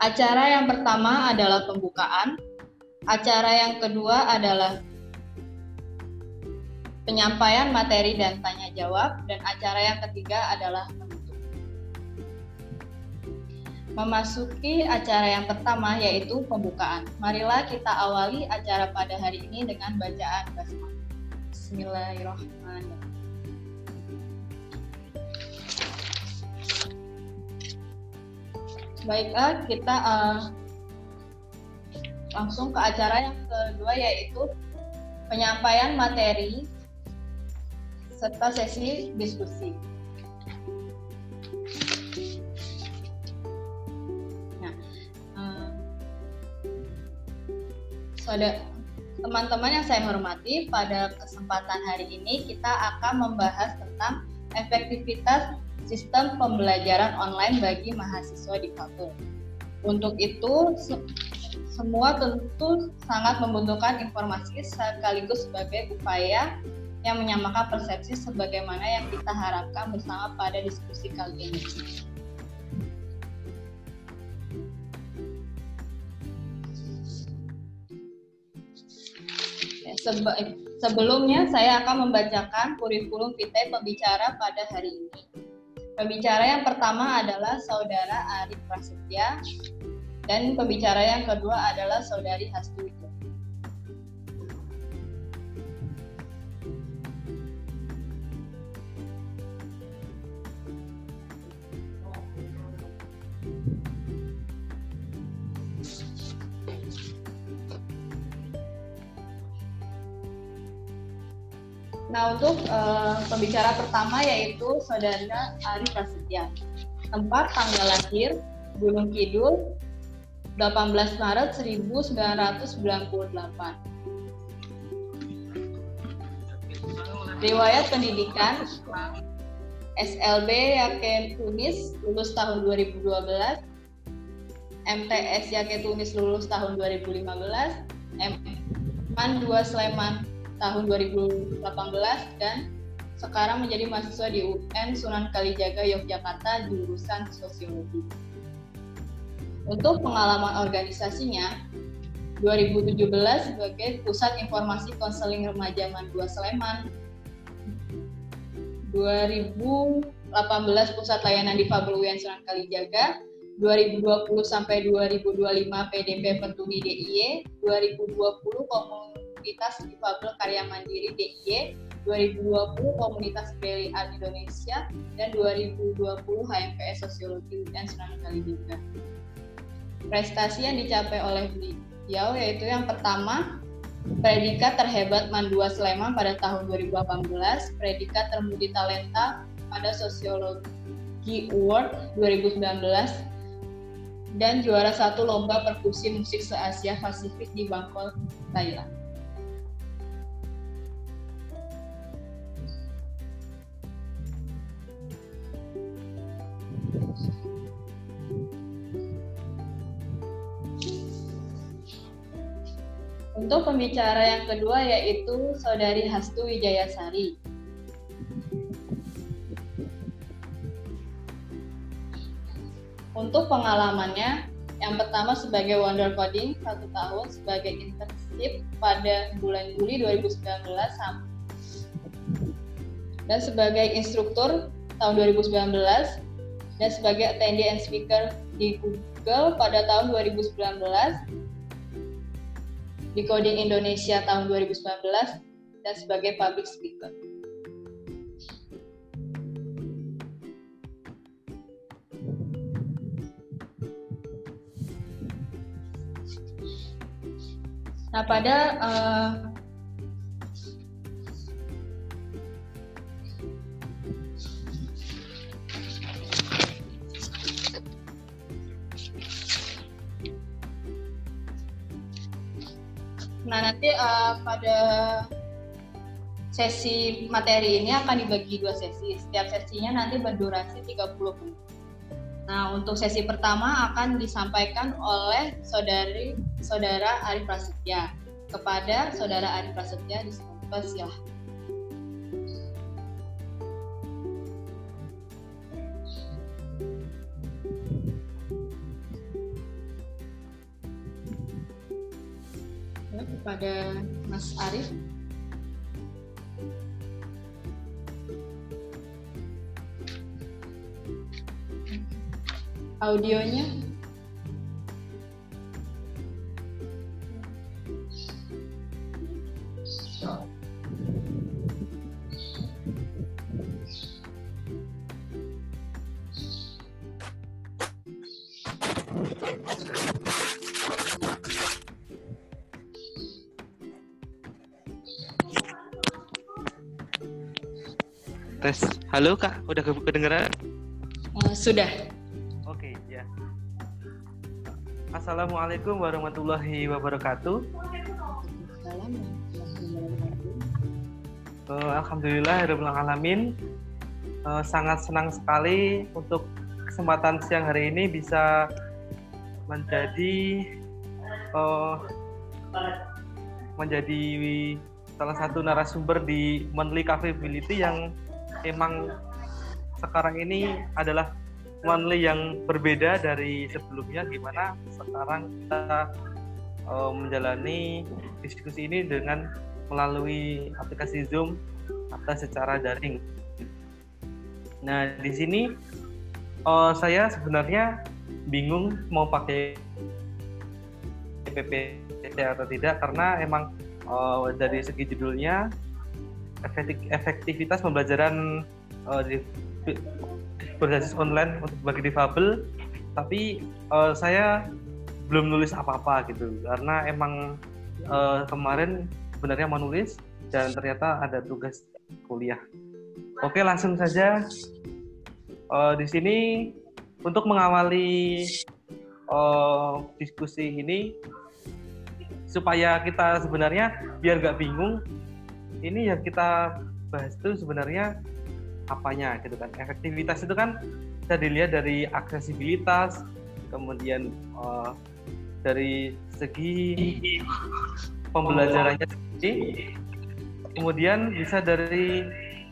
Acara yang pertama adalah pembukaan, acara yang kedua adalah penyampaian materi dan tanya jawab, dan acara yang ketiga adalah penutup. Memasuki acara yang pertama yaitu pembukaan. Marilah kita awali acara pada hari ini dengan bacaan basmalah. Bismillahirrahmanirrahim. Baiklah, kita langsung ke acara yang kedua yaitu penyampaian materi serta sesi diskusi. Nah, teman-teman yang saya hormati, pada kesempatan hari ini kita akan membahas tentang efektivitas sistem pembelajaran online bagi mahasiswa di Kalteng. Untuk itu, semua tentu sangat membutuhkan informasi sekaligus sebagai upaya yang menyamakan persepsi sebagaimana yang kita harapkan bersama pada diskusi kali ini. Sebelumnya saya akan membacakan kurikulum vitae pembicara pada hari ini. Pembicara yang pertama adalah Saudara Arif Prasetya dan pembicara yang kedua adalah Saudari Hastu Wijaya. Nah, untuk pembicara pertama yaitu Saudara Arif Prasetya. Tempat tanggal lahir Gunung Kidul 18 Maret 1998. Riwayat pendidikan SLB Yakin Tunis lulus tahun 2012, MTS Yakin Tunis lulus tahun 2015, Man 2 Sleman tahun 2018, dan sekarang menjadi mahasiswa di UN Sunan Kalijaga Yogyakarta jurusan Sosiologi. Untuk pengalaman organisasinya, 2017 sebagai Pusat Informasi Konseling Remaja Man 2 Sleman, 2018 Pusat Layanan Difabel UN Sunan Kalijaga, 2020 sampai 2025 PDP Petuni DIY, 2020 Komunitas Difabel Karya Mandiri DIY, 2020 Komunitas Braille Art Indonesia, dan 2020 HMPS Sosiologi UN Sunan Kalijaga. Prestasi yang dicapai oleh beliau yaitu yang pertama, predikat terhebat Man 2 Sleman pada tahun 2018, predikat termudi talenta pada Sosiologi Award 2019, dan juara 1 lomba perkusi musik se-Asia Pasifik di Bangkok, Thailand. Untuk pembicara yang kedua yaitu Saudari Hastu Wijayasari. Untuk pengalamannya, yang pertama sebagai Wonder Coding 1 tahun, sebagai internship pada bulan Juli 2019, dan sebagai instruktur tahun 2019, dan sebagai attendee and speaker di Google pada tahun 2019, di Coding Indonesia tahun 2019, dan sebagai public speaker. Nah, nanti pada sesi materi ini akan dibagi 2 sesi. Setiap sesinya nanti berdurasi 30 menit. Nah, untuk sesi pertama akan disampaikan oleh Saudara Arif Prasetya. Kepada Saudara Arif Prasetya dipersilahkan. kepada Mas Arif. Audionya. Tes. Halo Kak, udah kedengeran? Sudah. Oke, ya. Assalamualaikum warahmatullahi wabarakatuh. Alhamdulillahirabbil alamin. Sangat senang sekali untuk kesempatan siang hari ini bisa menjadi salah satu narasumber di Monthly Capability yang emang sekarang ini adalah monthly yang berbeda dari sebelumnya, gimana sekarang kita menjalani diskusi ini dengan melalui aplikasi Zoom atau secara daring. Nah, di sini saya sebenarnya bingung mau pakai PPT atau tidak, karena emang dari segi judulnya efektivitas pembelajaran berbasis online untuk bagi difabel, tapi saya belum nulis apa-apa gitu, karena emang kemarin sebenarnya mau nulis dan ternyata ada tugas kuliah. Oke, langsung saja di sini untuk mengawali diskusi ini supaya kita sebenarnya biar nggak bingung. Ini yang kita bahas itu sebenarnya apanya gitu kan. Efektivitas itu kan bisa dilihat dari aksesibilitas, kemudian dari segi pembelajarannya sendiri, kemudian bisa dari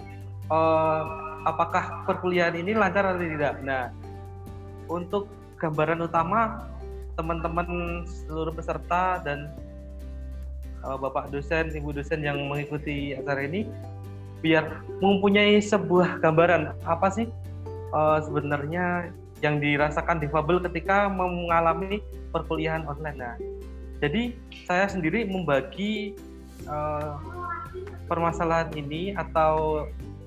apakah perkuliahan ini lancar atau tidak. Nah, untuk gambaran utama teman-teman seluruh peserta dan Bapak dosen, Ibu dosen yang mengikuti acara ini, biar mempunyai sebuah gambaran apa sih sebenarnya yang dirasakan difabel ketika mengalami perkuliahan online. Nah, jadi saya sendiri membagi permasalahan ini atau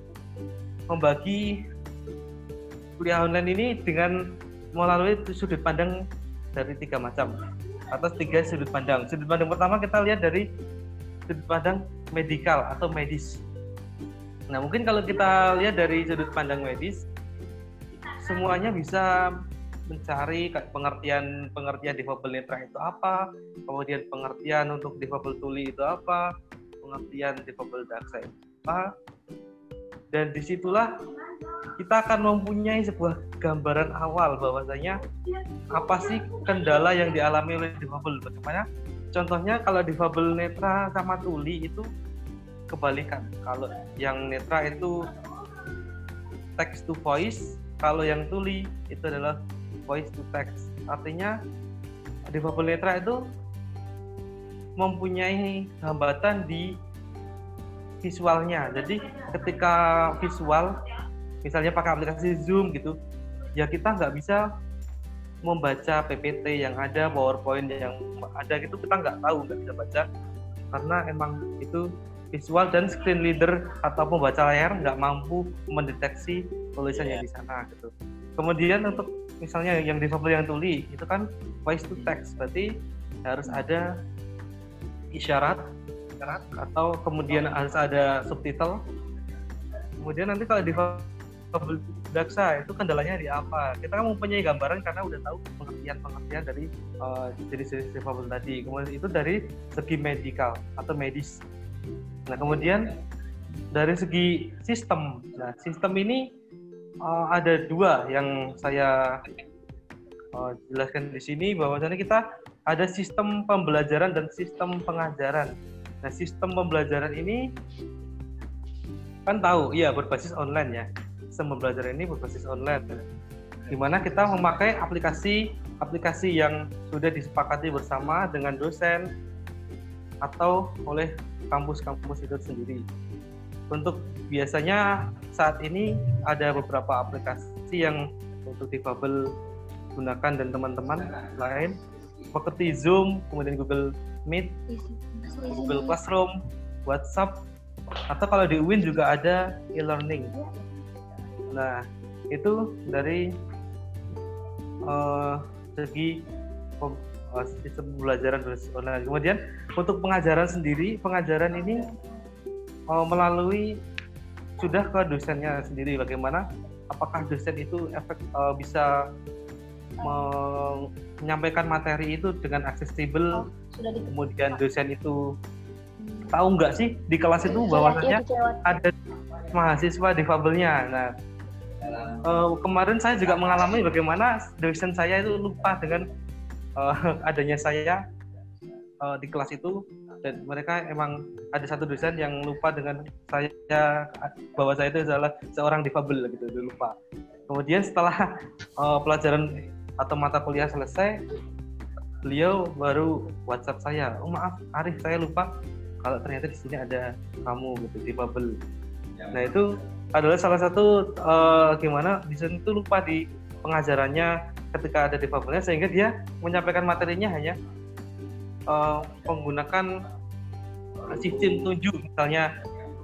membagi kuliah online ini dengan melalui sudut pandang dari 3 macam atau 3 sudut pandang. Sudut pandang pertama kita lihat dari sudut pandang medikal atau medis. Nah, mungkin kalau kita lihat dari sudut pandang medis, semuanya bisa mencari pengertian difabel netra itu apa, kemudian pengertian untuk difabel tuli itu apa, pengertian difabel daksa itu apa, dan disitulah kita akan mempunyai sebuah gambaran awal bahwasanya apa sih kendala yang dialami oleh difabel. Bagaimana contohnya kalau difabel netra sama tuli itu kebalikan. Kalau yang netra itu text to voice, kalau yang tuli itu adalah voice to text. Artinya difabel netra itu mempunyai hambatan di visualnya. Jadi ketika visual, misalnya pakai aplikasi Zoom gitu, ya kita nggak bisa membaca PPT yang ada, PowerPoint yang ada gitu, kita nggak tahu, nggak bisa baca, karena emang itu visual dan screen reader atau pembaca layar nggak mampu mendeteksi tulisan yang di sana gitu. Kemudian untuk misalnya yang difabel yang tuli itu kan voice to text, berarti harus ada isyarat atau kemudian harus ada subtitle. Kemudian nanti kalau difabel daksa itu kendalanya di apa? Kita kan mempunyai gambaran karena udah tahu pengertian dari jenis-jenis difabel tadi. Kemudian itu dari segi medikal atau medis. Nah, kemudian dari segi sistem. Nah, sistem ini ada 2 yang saya jelaskan di sini, bahwasanya kita ada sistem pembelajaran dan sistem pengajaran. Nah, sistem pembelajaran ini kan tahu, ya berbasis online ya. Sistem pembelajaran ini berbasis online, di mana kita memakai aplikasi yang sudah disepakati bersama dengan dosen atau oleh kampus-kampus itu sendiri. Untuk biasanya saat ini ada beberapa aplikasi yang untuk difabel gunakan dan teman-teman lain seperti Zoom, kemudian Google Meet, Google Classroom, WhatsApp, atau kalau di UIN juga ada e-learning. Nah, itu dari segi sistem pembelajaran online. Kemudian untuk pengajaran sendiri, pengajaran ini melalui sudah ke dosennya sendiri, bagaimana apakah dosen itu bisa menyampaikan materi itu dengan aksesibel, kemudian dosen itu tahu nggak sih di kelas itu bahwasanya ada mahasiswa difabelnya. Nah, kemarin saya juga mengalami bagaimana dosen saya itu lupa dengan adanya saya di kelas itu, dan mereka emang ada satu dosen yang lupa dengan saya bahwa saya itu adalah seorang difabel gitu, lupa. Kemudian setelah pelajaran atau mata kuliah selesai, beliau baru WhatsApp saya, maaf Arif, saya lupa kalau ternyata di sini ada kamu gitu, difabel. Nah, itu adalah salah satu gimana dosen itu lupa di pengajarannya ketika ada difabelnya, sehingga dia menyampaikan materinya hanya menggunakan sistem tunjuk, misalnya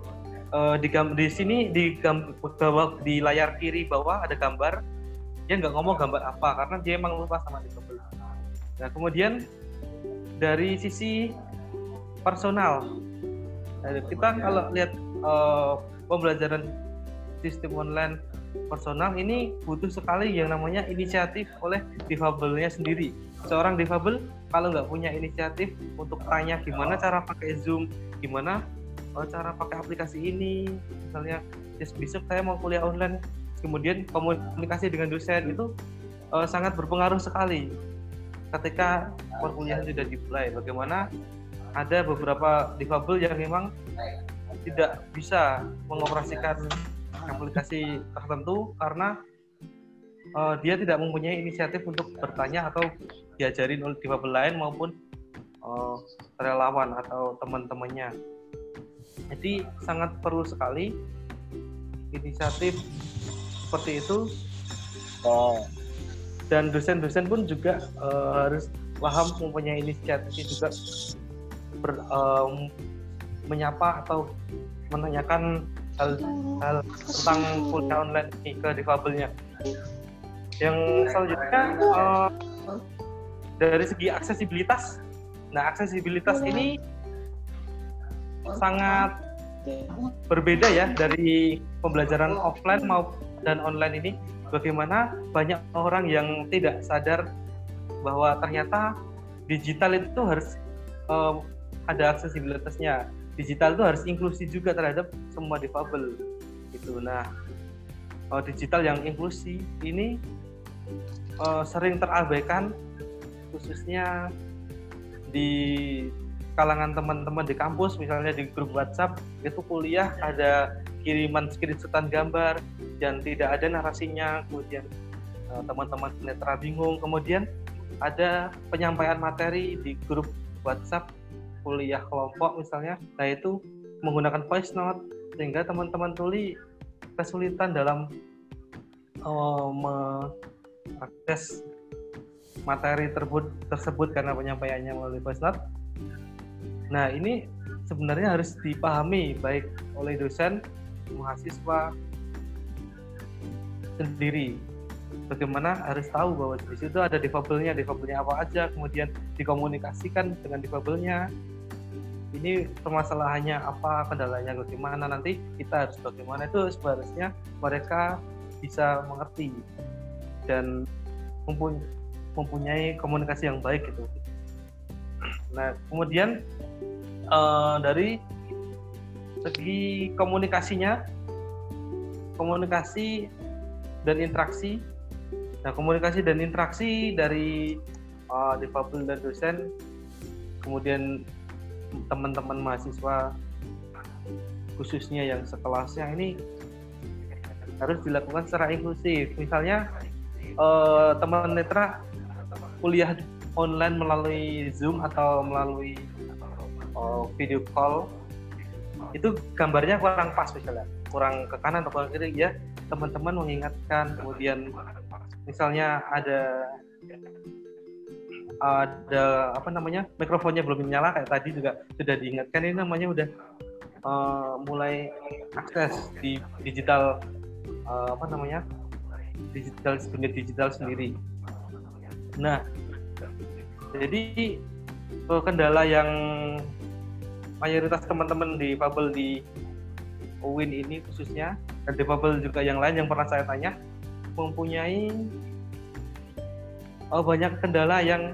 di sini di layar kiri bawah ada gambar, dia nggak ngomong gambar apa karena dia emang lupa sama difabel. Nah, kemudian dari sisi personal, kita kalau lihat pembelajaran sistem online personal ini butuh sekali yang namanya inisiatif oleh difabelnya sendiri. Seorang difabel kalau nggak punya inisiatif untuk tanya gimana cara pakai Zoom, gimana cara pakai aplikasi ini, misalnya besok saya mau kuliah online, kemudian komunikasi dengan dosen, itu sangat berpengaruh sekali ketika perkuliahan sudah dimulai. Bagaimana ada beberapa difabel yang memang tidak bisa mengoperasikan aplikasi tertentu karena dia tidak mempunyai inisiatif untuk bertanya atau diajarin oleh difabel lain maupun relawan atau teman-temannya. Jadi sangat perlu sekali inisiatif seperti itu. Dan dosen-dosen pun juga harus paham, mempunyai inisiatif juga menyapa atau menanyakan hal tentang kuliah online ini ke difabelnya. Yang selanjutnya dari segi aksesibilitas. Nah, aksesibilitas ini sangat berbeda ya dari pembelajaran offline maupun dan online ini. Bagaimana banyak orang yang tidak sadar bahwa ternyata digital itu harus ada aksesibilitasnya. Digital itu harus inklusi juga terhadap semua difabel gitu. Nah, digital yang inklusi ini sering terabaikan, khususnya di kalangan teman-teman di kampus, misalnya di grup WhatsApp itu kuliah ada kiriman screenshotan gambar dan tidak ada narasinya, kemudian teman-teman netra bingung, kemudian ada penyampaian materi di grup WhatsApp kuliah kelompok misalnya, nah itu menggunakan voice note sehingga teman-teman tuli kesulitan dalam mengakses materi tersebut karena penyampaiannya melalui voice note. Nah, ini sebenarnya harus dipahami baik oleh dosen, mahasiswa sendiri. Bagaimana harus tahu bahwa di situ ada difabelnya apa aja, kemudian dikomunikasikan dengan difabelnya. Ini permasalahannya apa, kendalanya bagaimana, nanti kita harus bagaimana, itu seharusnya mereka bisa mengerti dan mempunyai komunikasi yang baik gitu. Nah, kemudian dari segi komunikasinya, komunikasi dan interaksi. Nah, komunikasi dan interaksi dari difabel dan dosen, kemudian teman-teman mahasiswa khususnya yang sekelasnya, ini harus dilakukan secara inklusif. Misalnya teman netra kuliah online melalui Zoom atau melalui video call itu gambarnya kurang pas misalnya, kurang ke kanan atau ke kiri, ya teman-teman mengingatkan. Kemudian misalnya ada mikrofonnya belum nyala, kayak tadi juga sudah diingatkan, ini namanya udah mulai akses di digital dunia digital sendiri. Nah, jadi kendala yang mayoritas teman-teman difabel di UIN ini khususnya, dan difabel juga yang lain yang pernah saya tanya, mempunyai banyak kendala yang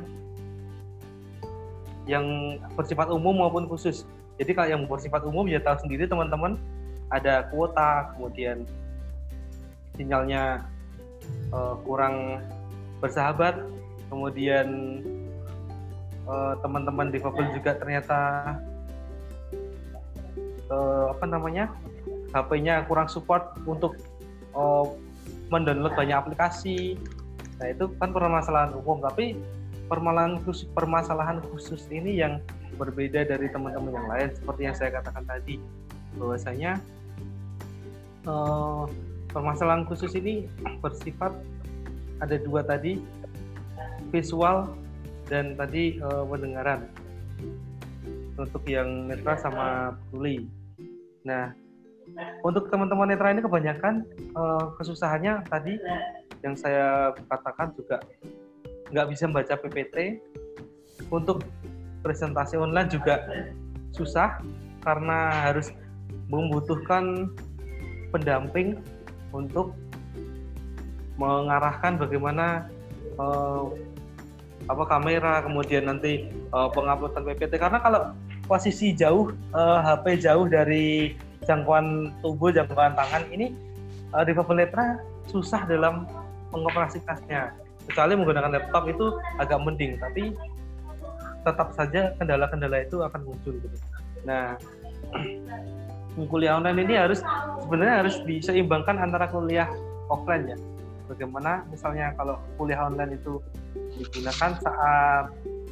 bersifat umum maupun khusus. Jadi kalau yang bersifat umum ya tahu sendiri teman-teman, ada kuota, kemudian sinyalnya kurang bersahabat, kemudian teman-teman difabel juga ternyata HP-nya kurang support untuk mendownload banyak aplikasi. Nah, itu kan permasalahan umum, tapi permasalahan khusus ini yang berbeda dari teman-teman yang lain, seperti yang saya katakan tadi, bahwasanya permasalahan khusus ini bersifat ada dua tadi, visual dan tadi pendengaran, untuk yang netra sama tuli. Nah, untuk teman-teman netra ini kebanyakan kesusahannya tadi yang saya katakan juga nggak bisa membaca PPT. Untuk presentasi online juga susah karena harus membutuhkan pendamping untuk mengarahkan bagaimana kamera, kemudian nanti penguploadan PPT. Karena kalau posisi jauh, HP jauh dari jangkauan tubuh, jangkauan tangan, ini difabel netra susah dalam mengoperasikannya. Kecuali menggunakan laptop itu agak mending, tapi tetap saja kendala-kendala itu akan muncul gitu. Nah, kuliah online ini sebenarnya harus diseimbangkan antara kuliah offline ya. Bagaimana misalnya kalau kuliah online itu digunakan saat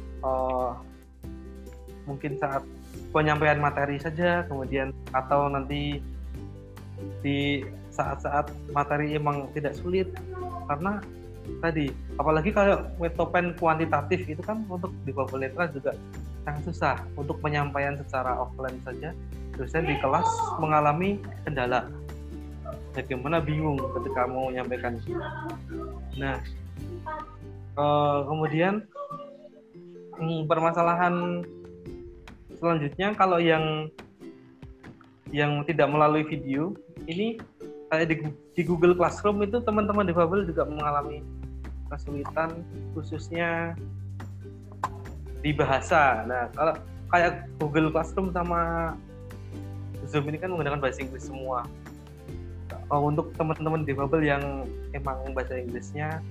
mungkin saat penyampaian materi saja, kemudian atau nanti di saat-saat materi emang tidak sulit, karena tadi apalagi kalau metopen kuantitatif itu kan untuk difabel netra juga sangat susah. Untuk penyampaian secara offline saja dosen di kelas mengalami kendala, bagaimana bingung ketika mau menyampaikan. Nah, kemudian permasalahan selanjutnya kalau yang tidak melalui video ini, kayak di Google Classroom itu teman-teman difabel juga mengalami kesulitan, khususnya di bahasa. Nah, kalau kayak Google Classroom sama Zoom ini kan menggunakan bahasa Inggris semua. Untuk teman-teman difabel yang emang bahasa Inggrisnya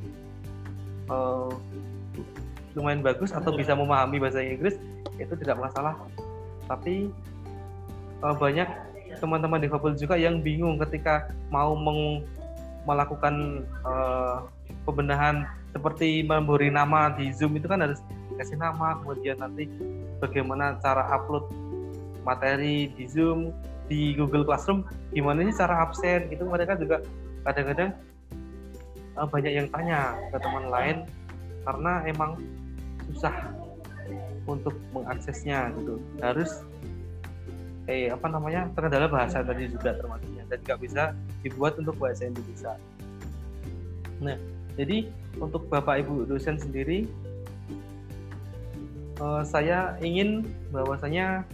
lumayan bagus atau bisa memahami bahasa Inggris, itu tidak masalah. Tapi banyak teman-teman difabel juga yang bingung ketika mau melakukan pembenahan, seperti memberi nama di Zoom itu kan harus dikasih nama, kemudian nanti bagaimana cara upload materi di Zoom, di Google Classroom gimana sih cara absen, itu mereka juga kadang-kadang banyak yang tanya ke teman lain karena emang susah untuk mengaksesnya gitu. Harus terkendala bahasa tadi juga termasuknya, dan nggak bisa dibuat untuk bahasa Indonesia. Nah, jadi untuk Bapak Ibu dosen sendiri, saya ingin bahwasanya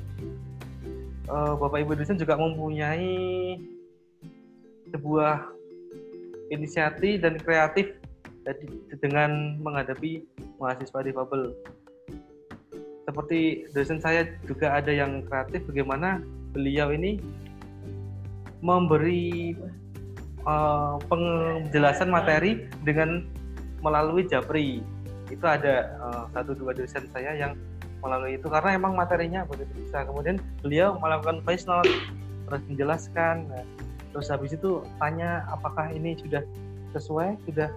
Bapak Ibu dosen juga mempunyai sebuah inisiatif dan kreatif dengan menghadapi mahasiswa difabel. Seperti dosen saya juga ada yang kreatif, bagaimana beliau ini memberi penjelasan materi dengan melalui Japri. Itu ada 1-2 dosen saya yang melalui itu karena emang materinya begitu bisa. Kemudian beliau melakukan voice note terus menjelaskan. Nah, terus habis itu tanya apakah ini sudah sesuai, sudah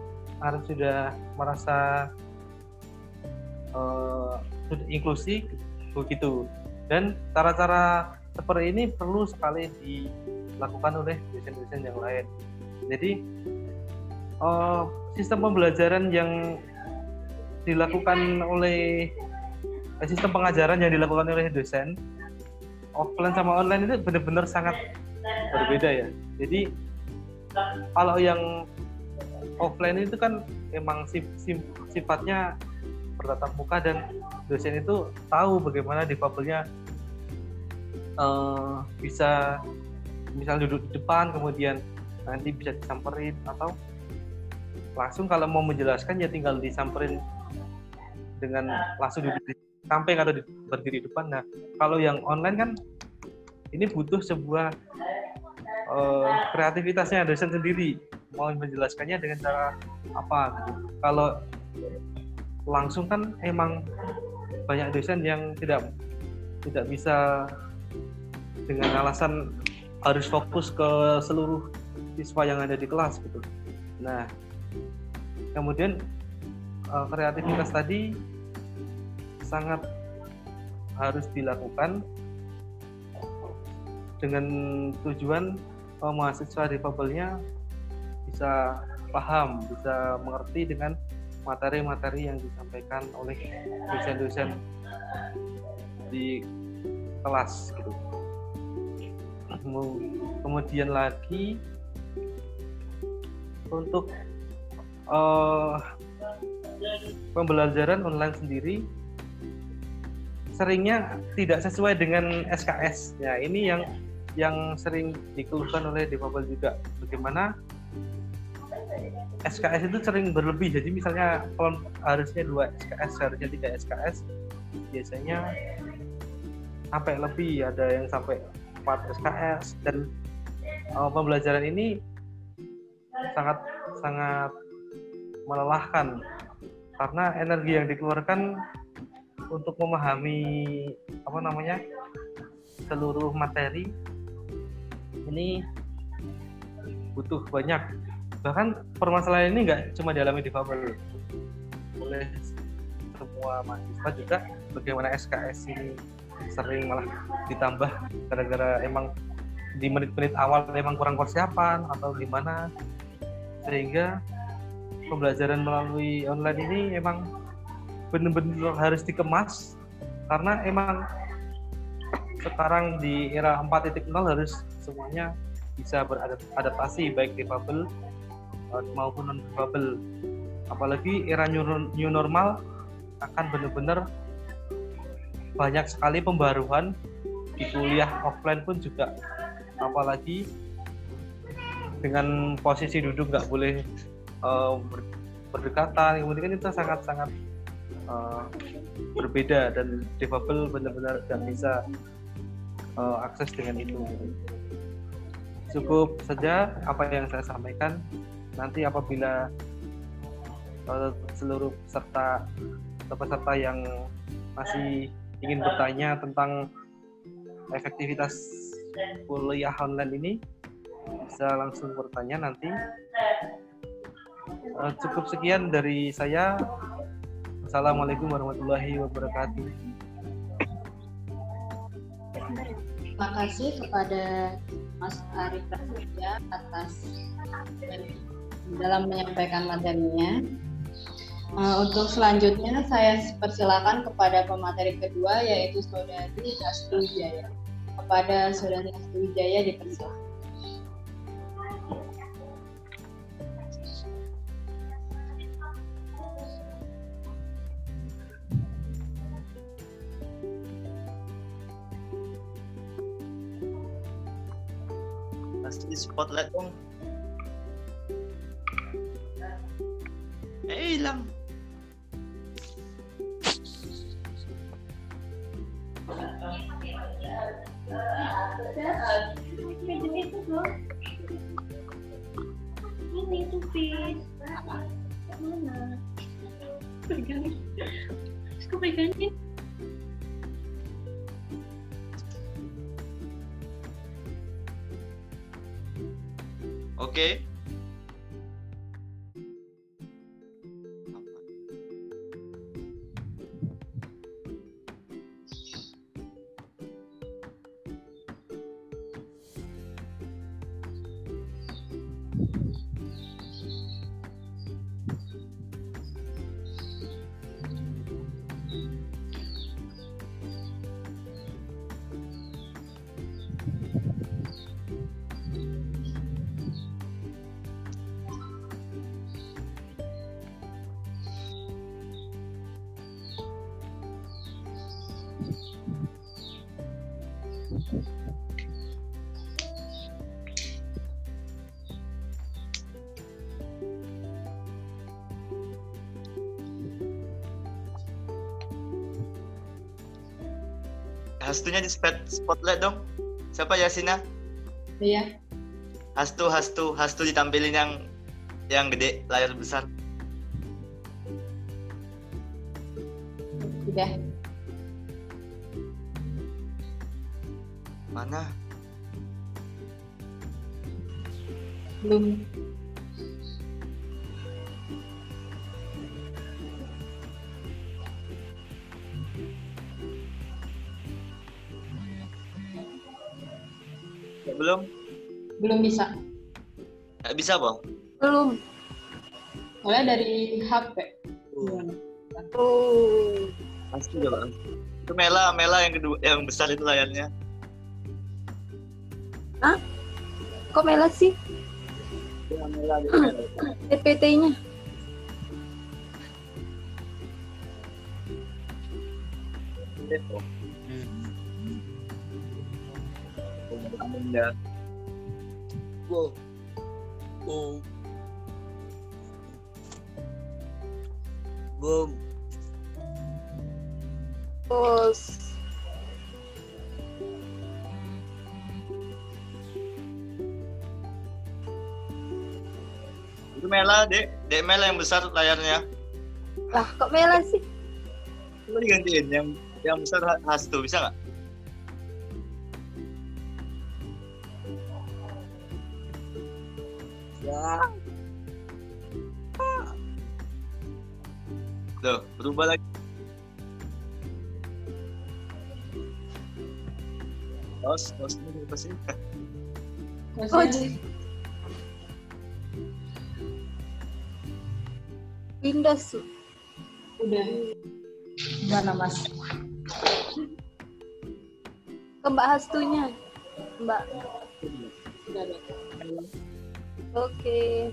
merasa sudah inklusif begitu. Dan cara-cara seperti ini perlu sekali dilakukan oleh dosen-dosen yang lain. Jadi sistem pembelajaran yang dilakukan oleh sistem pengajaran yang dilakukan oleh dosen offline sama online itu benar-benar sangat berbeda ya. Jadi kalau yang offline itu kan emang sifatnya bertatap muka dan dosen itu tahu bagaimana difabelnya bisa misal duduk di depan kemudian nanti bisa disamperin, atau langsung kalau mau menjelaskan ya tinggal disamperin dengan langsung duduk di samping atau berdiri di depan. Nah kalau yang online kan ini butuh sebuah kreativitasnya dosen sendiri mau menjelaskannya dengan cara apa gitu. Kalau langsung kan emang banyak dosen yang tidak bisa dengan alasan harus fokus ke seluruh siswa yang ada di kelas gitu. Nah kemudian kreativitas tadi sangat harus dilakukan dengan tujuan mahasiswa difabelnya bisa paham, bisa mengerti dengan materi-materi yang disampaikan oleh dosen-dosen di kelas gitu. Kemudian lagi untuk pembelajaran online sendiri seringnya tidak sesuai dengan SKS. Ya, ini yang sering dikeluhkan oleh difabel juga. Bagaimana SKS itu sering berlebih. Jadi misalnya kalau harusnya 2 SKS, harusnya 3 SKS, biasanya sampai lebih, ada yang sampai 4 SKS, dan pembelajaran ini sangat melelahkan karena energi yang dikeluarkan untuk memahami seluruh materi ini butuh banyak. Bahkan permasalahan ini nggak cuma dialami difabel, oleh semua mahasiswa juga. Bagaimana SKS ini sering malah ditambah gara-gara emang di menit-menit awal memang kurang persiapan atau gimana, sehingga pembelajaran melalui online ini emang benar-benar harus dikemas, karena emang sekarang di era 4.0 harus semuanya bisa beradaptasi, baik difabel maupun non-difabel. Apalagi era new normal akan benar-benar banyak sekali pembaruan di kuliah offline pun juga, apalagi dengan posisi duduk nggak boleh berdekatan, kemudian itu sangat-sangat berbeda, dan difabel benar-benar nggak bisa akses dengan itu. Cukup saja apa yang saya sampaikan. Nanti apabila seluruh peserta yang masih ingin bertanya tentang efektivitas kuliah online ini, bisa langsung bertanya nanti. Cukup sekian dari saya. Assalamualaikum warahmatullahi wabarakatuh. Terima kasih kepada Mas Arif Prasetya atas dalam menyampaikan materinya. Untuk selanjutnya saya persilakan kepada pemateri kedua, yaitu Saudari Astu Wijaya. Kepada Saudari Astu Wijaya dipersilakan. Kasih spotlight dong. Hilang. Ini tuh Pis. Mana? Pegangin. Aku pegangin. Oke. Hastunya di spotlight dong. Siapa Yasina? Iya. Hastu ditampilin yang gede, layar besar. Udah. Mana? Belum. Belum? Belum bisa. Nggak bisa, Bang? Belum. Soalnya dari HP. Oh. Pasti ya, Bang. Itu Mela yang kedua, yang besar itu layarnya. Hah? Kok Mela sih? Ya, Mela. TPT-nya. Ya. Wow. Boom. Boom. Bos. Itu Mela, Dek Mela yang besar layarnya. Lah, kok Mela sih? Coba digantiin yang besar Hastu, bisa nggak? Ya. Loh, berubah lagi. Tos ini apa sih? Oh, Maksudnya, Windows. udah. Gimana, Mas? Ke Mbak Hastunya. Mbak. Udah, udah. Oke.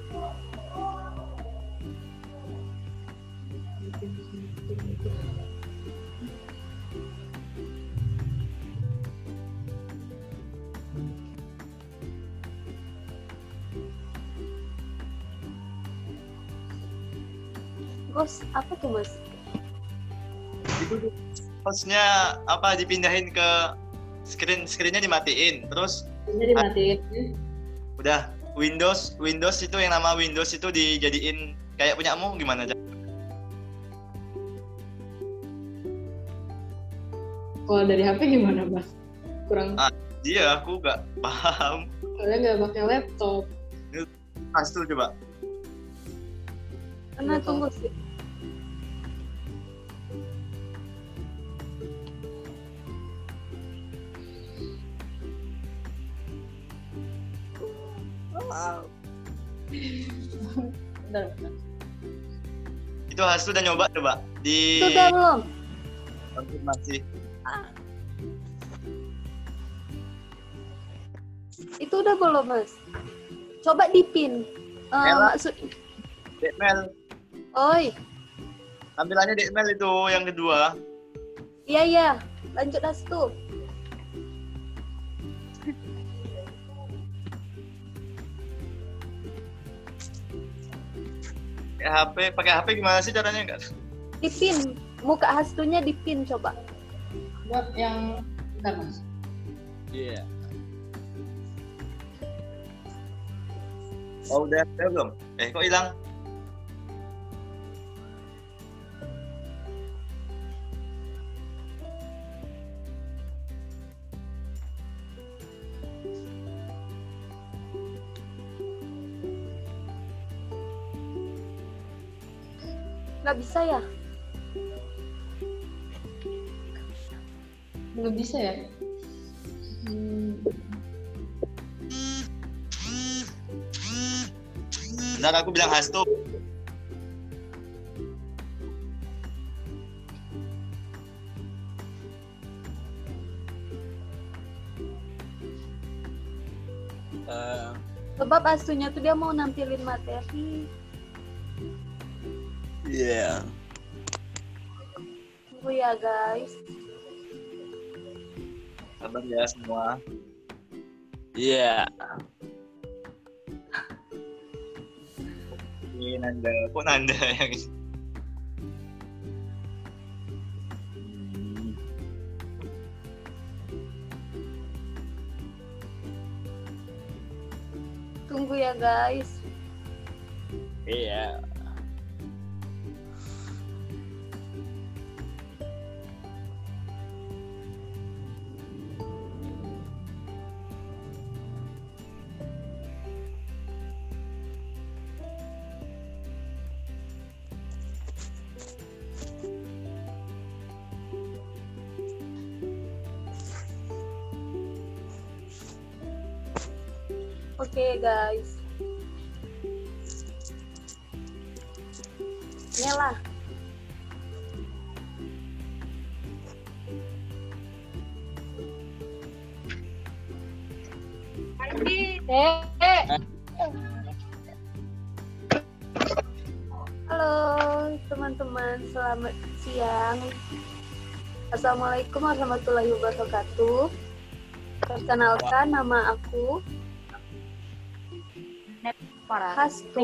Bos, apa tuh, Bos? Itu hostnya apa dipindahin ke screennya dimatiin, terus Ini dimatiin. udah Windows itu yang nama Windows itu dijadiin kayak punyamu gimana aja? Kalau dari HP gimana, Mas? Kurang. Iya, aku nggak paham. Soalnya nggak pakai laptop. Hastu coba. Karena tunggu sih. Wow. Bentar, bentar. Itu Hastu udah nyoba coba di Sudah belum? konfirmasi. Itu udah belum, Mas? Coba dipin. Mela. Maksud, Dekmel, oi, tampilannya Dekmel itu yang kedua. iya. Lanjut Hastu. Pakai HP gimana sih caranya enggak? Dipin. Muka Hastunya dipin coba. Buat yang bentar, Mas. Iya. Oh udah belum? Kok hilang? Nggak bisa ya? Belum bisa ya? Bentar aku bilang Hastu. Sebab Hastunya tuh dia mau nampilin materi. Iya. Tunggu ya, guys. Sabar ya semua. Iya. Ini Nanda, kok Nanda yang ini? ya guys. Iya. Oke guys. Nyala. Halo teman-teman, selamat siang. Assalamualaikum warahmatullahi wabarakatuh. Perkenalkan, nama aku Hastu.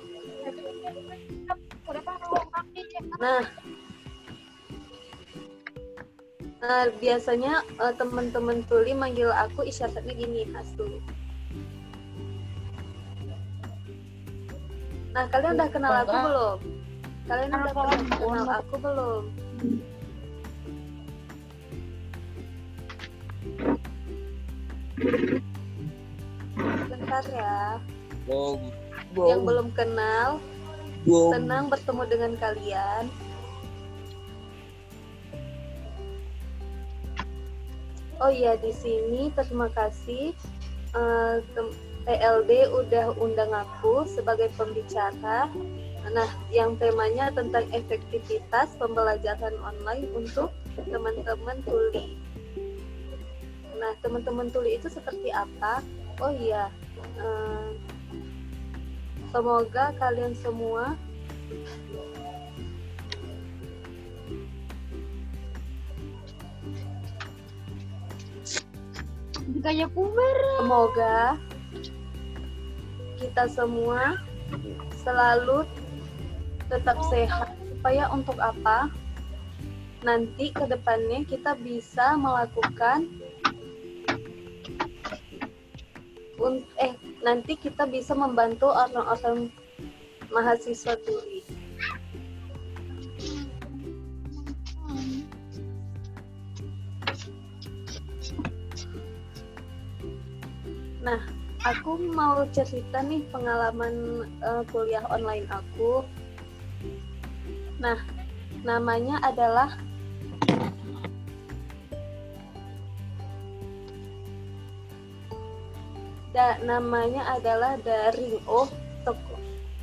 Nah, biasanya teman-teman tuli manggil aku isyaratnya gini, Hastu. Nah, kalian udah kenal aku belum? Kalian udah kenal aku belum? Bentar ya. Yang belum kenal, senang bertemu dengan kalian. Oh iya, di sini terima kasih PLB udah undang aku sebagai pembicara. Nah, yang temanya tentang efektivitas pembelajaran online untuk teman-teman tuli. Nah, teman-teman tuli itu seperti apa? Oh iya, semoga kalian semua semoga kita semua selalu tetap sehat. Supaya untuk apa? Nanti ke depannya kita bisa melakukan nanti kita bisa membantu orang-orang mahasiswa tuli. Nah, aku mau cerita nih pengalaman kuliah online aku. Nah, namanya adalah daring. Oh, toko.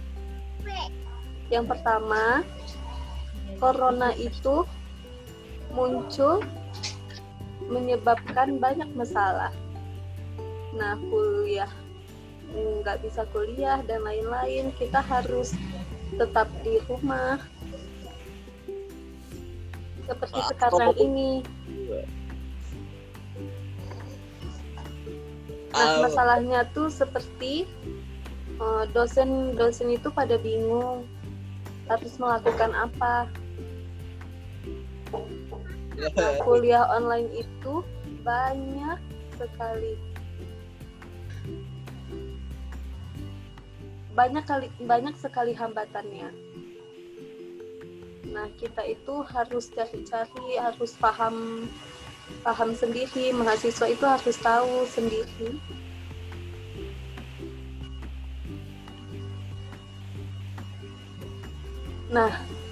Yang pertama, corona itu muncul menyebabkan banyak masalah. Nah, kuliah nggak bisa kuliah dan lain-lain, kita harus tetap di rumah seperti sekarang ini. Nah, masalahnya tuh seperti dosen itu pada bingung harus melakukan apa. Nah, kuliah online itu banyak sekali hambatannya. Nah, kita itu harus cari-cari, harus paham sendiri, mahasiswa itu harus tahu sendiri. Nah,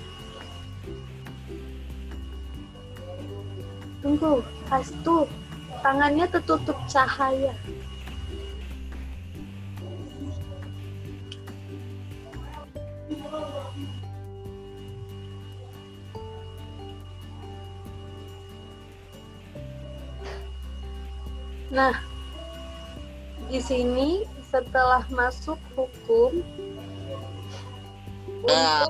tunggu, Hastu, tangannya tertutup cahaya. Nah, di sini setelah masuk hukum untuk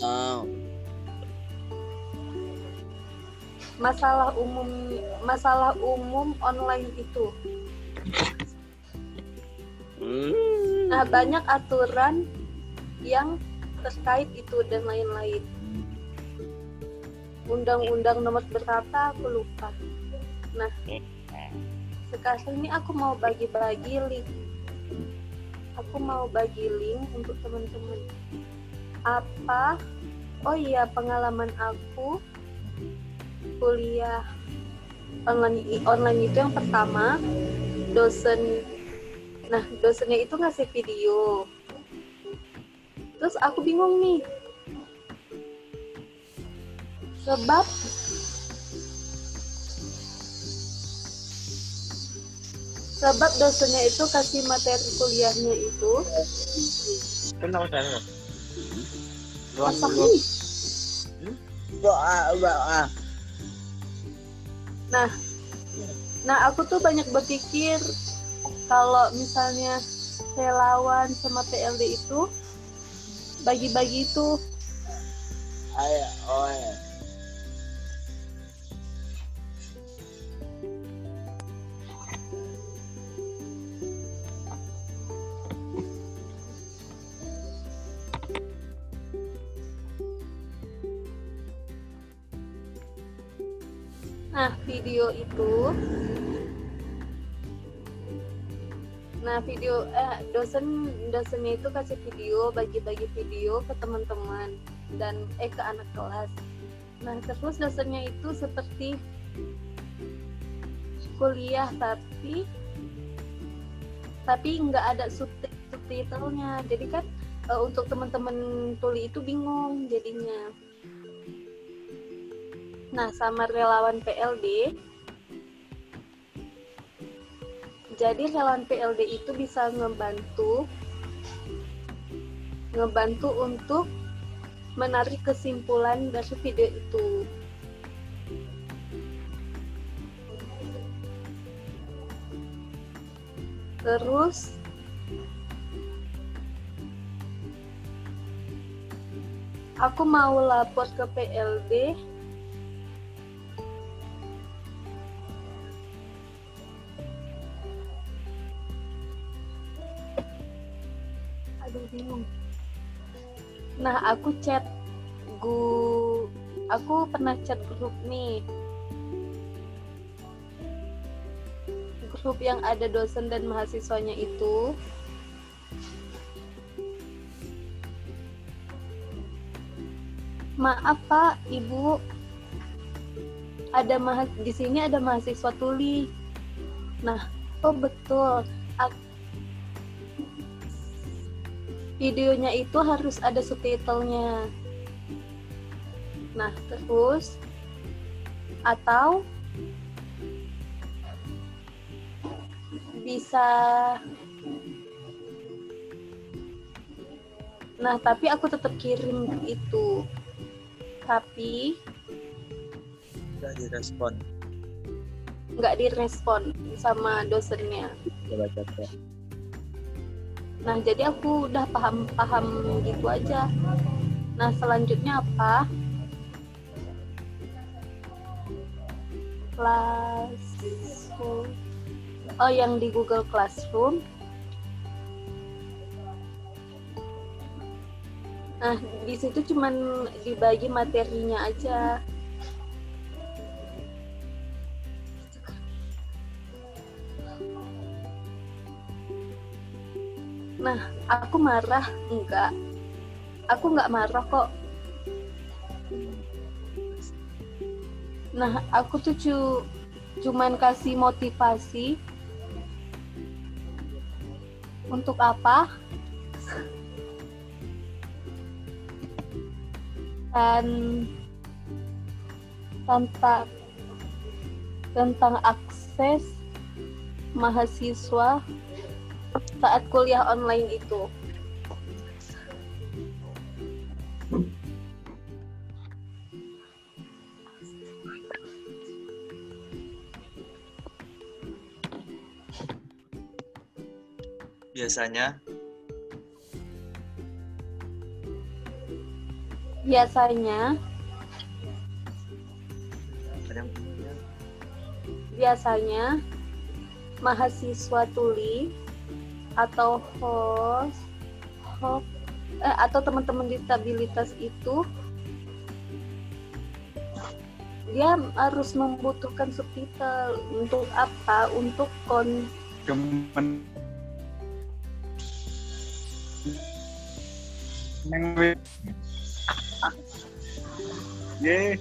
masalah umum online itu. Nah, banyak aturan yang terkait itu dan lain-lain. Undang-undang nomor berapa aku lupa. Nah, sekarang ini aku mau bagi-bagi link aku mau bagi link untuk teman-teman. Apa? Oh iya, pengalaman aku kuliah online itu yang pertama, dosennya itu ngasih video. Terus aku bingung nih, sebab dosennya itu kasih materi kuliahnya itu Kenapa saya? apa nih? Nah aku tuh banyak berpikir kalau misalnya relawan sama PLD itu bagi-bagi itu. Nah dosennya itu kasih video, bagi-bagi video ke teman-teman dan ke anak kelas. Nah terus dosennya itu seperti kuliah tapi nggak ada subtitlenya, jadi kan untuk teman-teman tuli itu bingung jadinya. Nah sama relawan PLD, jadi relawan PLD itu bisa ngebantu untuk menarik kesimpulan dari video itu. Terus aku mau lapor ke PLD. Aduh bingung. Nah aku pernah chat grup nih, grup yang ada dosen dan mahasiswanya itu. Maaf Pak, Ibu, di sini ada mahasiswa tuli. Nah, oh betul. Videonya itu harus ada subtitlenya. Nah, terus atau bisa. Nah, tapi aku tetap kirim itu. Tapi nggak direspon sama dosennya. Nah, jadi aku udah paham gitu aja. Nah, selanjutnya apa? Classroom. Oh, yang di Google Classroom. Nah, di situ cuman dibagi materinya aja. Nah, aku marah? Enggak. Aku nggak marah kok. Nah, aku tuh cuman kasih motivasi. Untuk apa? Dan tentang akses mahasiswa saat kuliah online itu. Biasanya mahasiswa tuli atau atau teman-teman disabilitas itu dia harus membutuhkan subtitle. Untuk apa? Untuk Ye.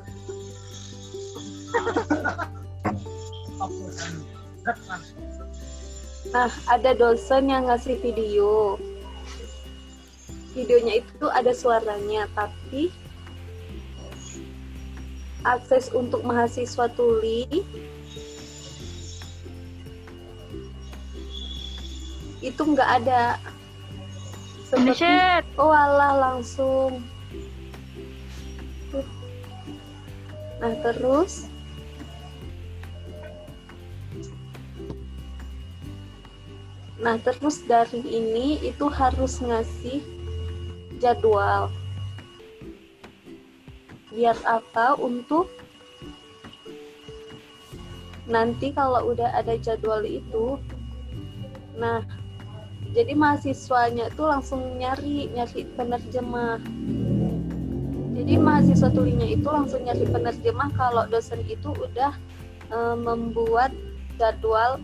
Nah, ada dosen yang ngasih video. Videonya itu ada suaranya, tapi akses untuk mahasiswa tuli itu nggak ada. Seperti, oh alah langsung. Nah, terus daring ini itu harus ngasih jadwal. Biar apa? Untuk nanti kalau udah ada jadwal itu, nah jadi mahasiswanya itu langsung nyari penerjemah. Jadi mahasiswa tulinya itu langsung nyari penerjemah kalau dosen itu udah membuat jadwal.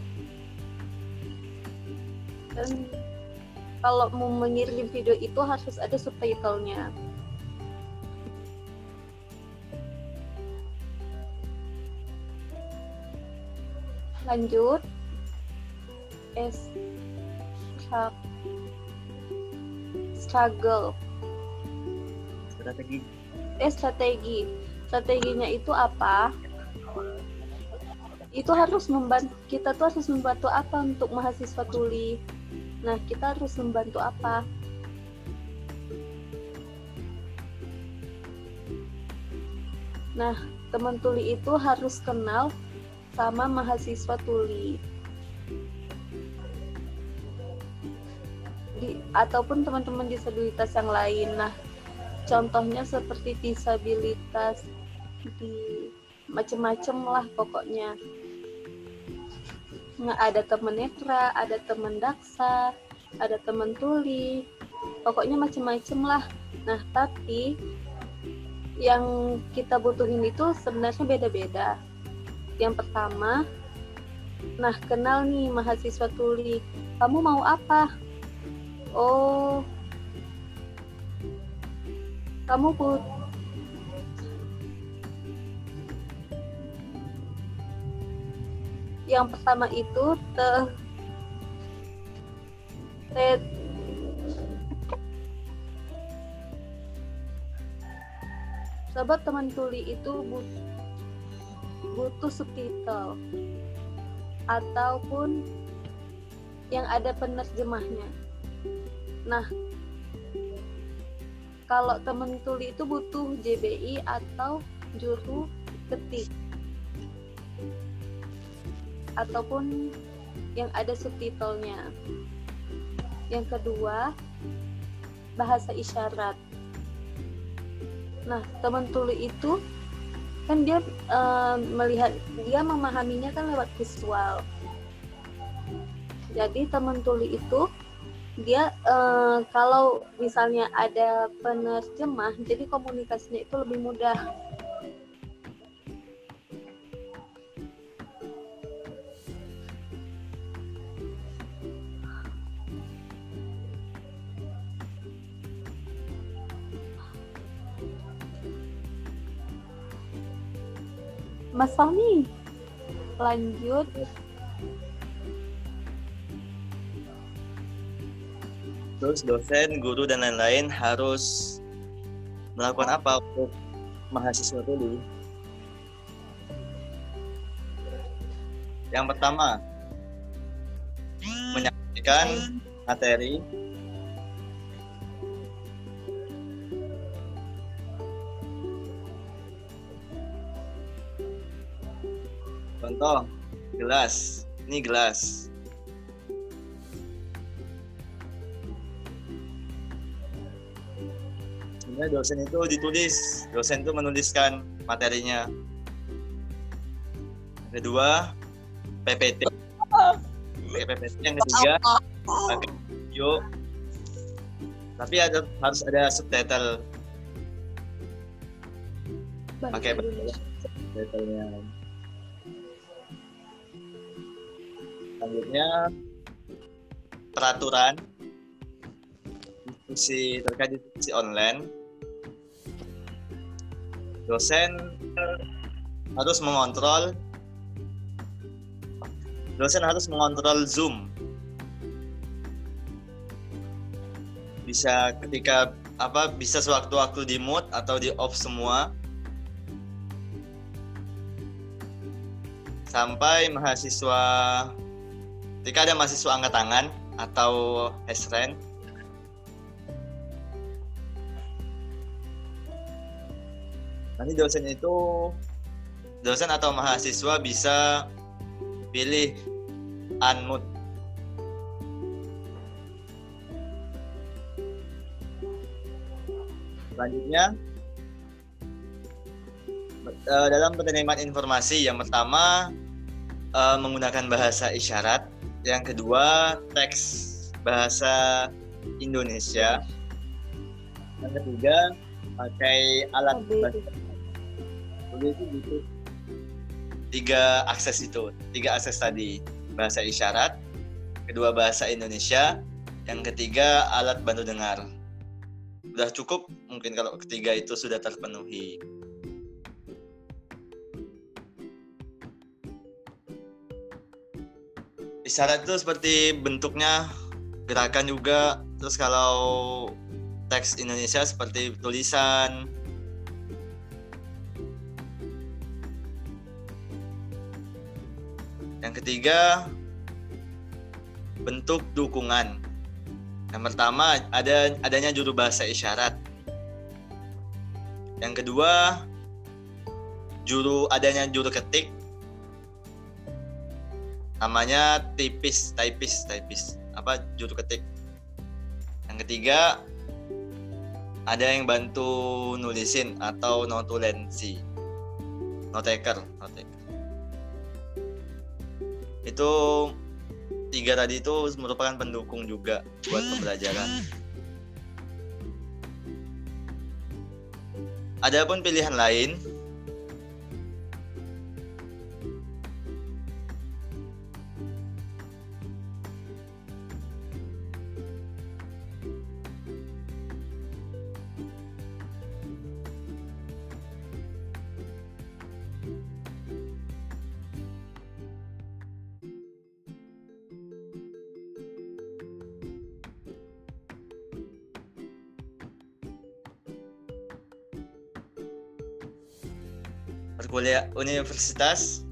Dan kalau mau mengirim video itu harus ada subtitlenya. Lanjut. Struggle. Strateginya itu apa? Itu harus membantu, kita tuh harus membantu apa untuk mahasiswa tuli. Nah, kita harus membantu apa? Nah, teman tuli itu harus kenal sama mahasiswa tuli. Ataupun teman-teman disabilitas yang lain. Nah, contohnya seperti disabilitas di macam-macam lah pokoknya. Nah, ada teman netra, ada teman daksa, ada teman tuli, pokoknya macam-macam lah. Nah, tapi yang kita butuhin itu sebenarnya beda-beda. Yang pertama, nah kenal nih mahasiswa tuli, kamu mau apa? Oh, kamu yang pertama itu sobat teman tuli itu butuh subtitle ataupun yang ada penerjemahnya. Nah, kalau teman tuli itu butuh JBI atau juru ketik ataupun yang ada subtitlenya. Yang kedua, bahasa isyarat. Nah, teman tuli itu kan dia dia memahaminya kan lewat visual. Jadi teman tuli itu dia kalau misalnya ada penerjemah, jadi komunikasinya itu lebih mudah. Mas Fahmi, lanjut. Terus dosen, guru, dan lain-lain harus melakukan apa untuk mahasiswa tuli? Yang pertama, menyampaikan materi. Contoh, gelas. Ini gelas. Sebenarnya dosen itu ditulis. Dosen itu menuliskan materinya. Kedua, PPT. PPT yang ketiga, pakai video. Tapi harus ada subtitle. Pakai subtitlenya. Selanjutnya peraturan diskusi terkait diskusi online, dosen harus mengontrol Zoom. Bisa bisa sewaktu-waktu di mute atau di off semua sampai ketika ada mahasiswa angkat tangan atau raise hand, nanti dosen atau mahasiswa bisa pilih unmute. Selanjutnya, dalam penerimaan informasi, yang pertama menggunakan bahasa isyarat, yang kedua teks bahasa Indonesia, yang ketiga pakai alat bahasa. Itu butuh tiga akses tadi, bahasa isyarat, kedua bahasa Indonesia, yang ketiga alat bantu dengar. Udah cukup mungkin kalau ketiga itu sudah terpenuhi. Isyarat itu seperti bentuknya, gerakan juga. Terus kalau teks Indonesia seperti tulisan. Yang ketiga, bentuk dukungan. Yang pertama adanya juru bahasa isyarat. Yang kedua, adanya juru ketik. Namanya typist. Juru ketik. Yang ketiga, ada yang bantu nulisin atau notulensi. Notaker. Itu tiga tadi itu merupakan pendukung juga buat pembelajaran. Adapun pilihan lain, perkuliahan universitas,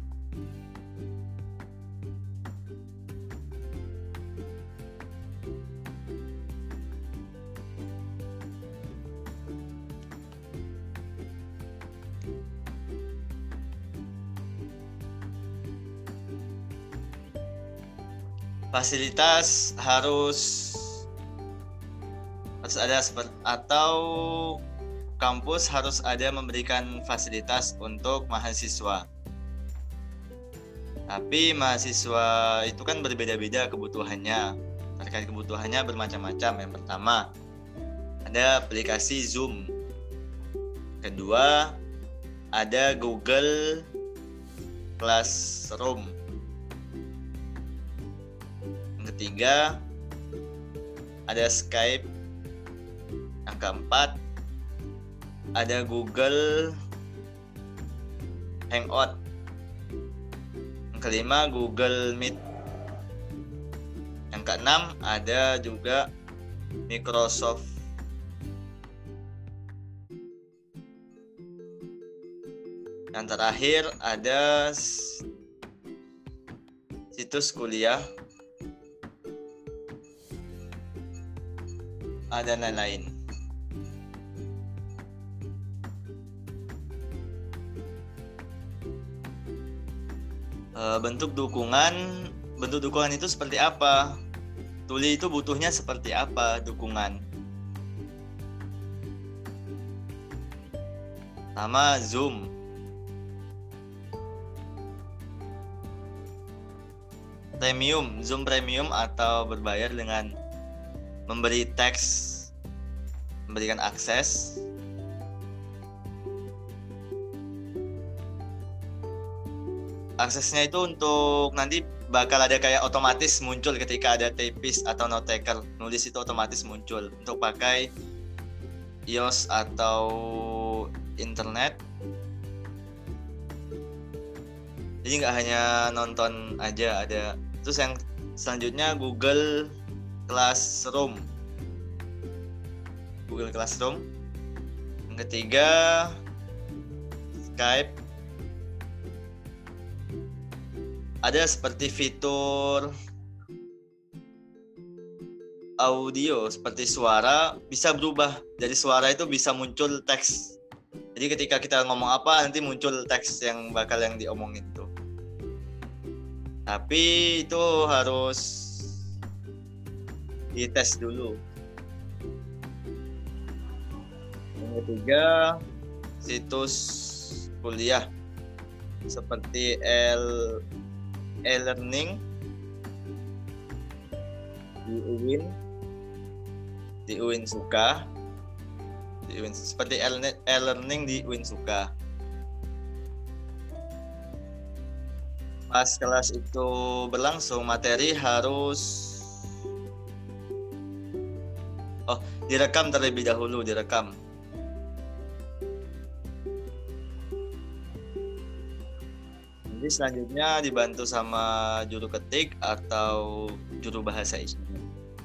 fasilitas harus ada atau kampus harus ada memberikan fasilitas untuk mahasiswa. Tapi mahasiswa itu kan berbeda-beda kebutuhannya. Terkait kebutuhannya bermacam-macam. Yang pertama, ada aplikasi Zoom. Kedua, ada Google Classroom. Yang ketiga, ada Skype. Yang keempat, ada Google Hangout. Yang kelima, Google Meet. Yang keenam, ada juga Microsoft. Yang terakhir, ada situs kuliah. Ada lain-lain. Bentuk dukungan itu seperti apa? Tuli itu butuhnya seperti apa dukungan? Sama Zoom. Zoom Premium atau berbayar dengan memberi teks, memberikan akses. aksesnya itu untuk nanti bakal ada kayak otomatis muncul ketika ada typist atau note taker nulis, itu otomatis muncul untuk pakai iOS atau internet. Jadi nggak hanya nonton aja, ada. Terus yang selanjutnya Google Classroom. Yang ketiga Skype. Ada seperti fitur audio seperti suara bisa berubah. Jadi suara itu bisa muncul teks. Jadi ketika kita ngomong apa nanti muncul teks yang bakal yang diomongin tuh. Tapi itu harus dites dulu. Yang ketiga situs kuliah seperti e-learning di Uinsuka, seperti e-learning di Uinsuka. Pas kelas itu berlangsung, materi harus direkam terlebih dahulu, direkam. Jadi selanjutnya dibantu sama juru ketik atau juru bahasa isyarat.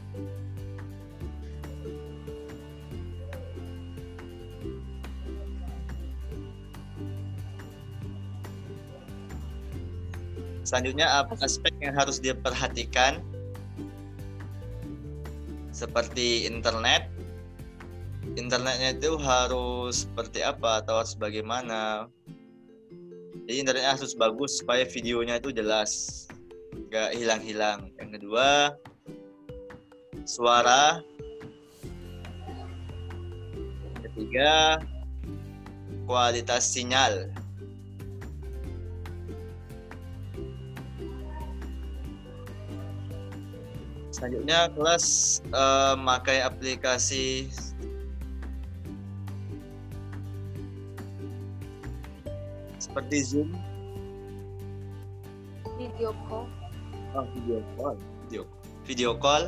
Selanjutnya aspek yang harus diperhatikan seperti internet. Internetnya itu harus seperti apa atau harus bagaimana. Jadi internetnya harus bagus supaya videonya itu jelas, nggak hilang-hilang. Yang kedua, suara. Yang ketiga, kualitas sinyal. Selanjutnya kelas pakai aplikasi seperti Zoom, Video call. video call.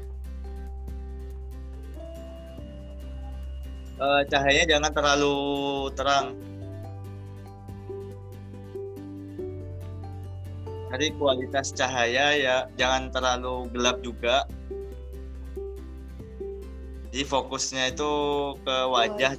Cahayanya jangan terlalu terang. Jadi kualitas cahaya ya jangan terlalu gelap juga. Jadi fokusnya itu ke wajah.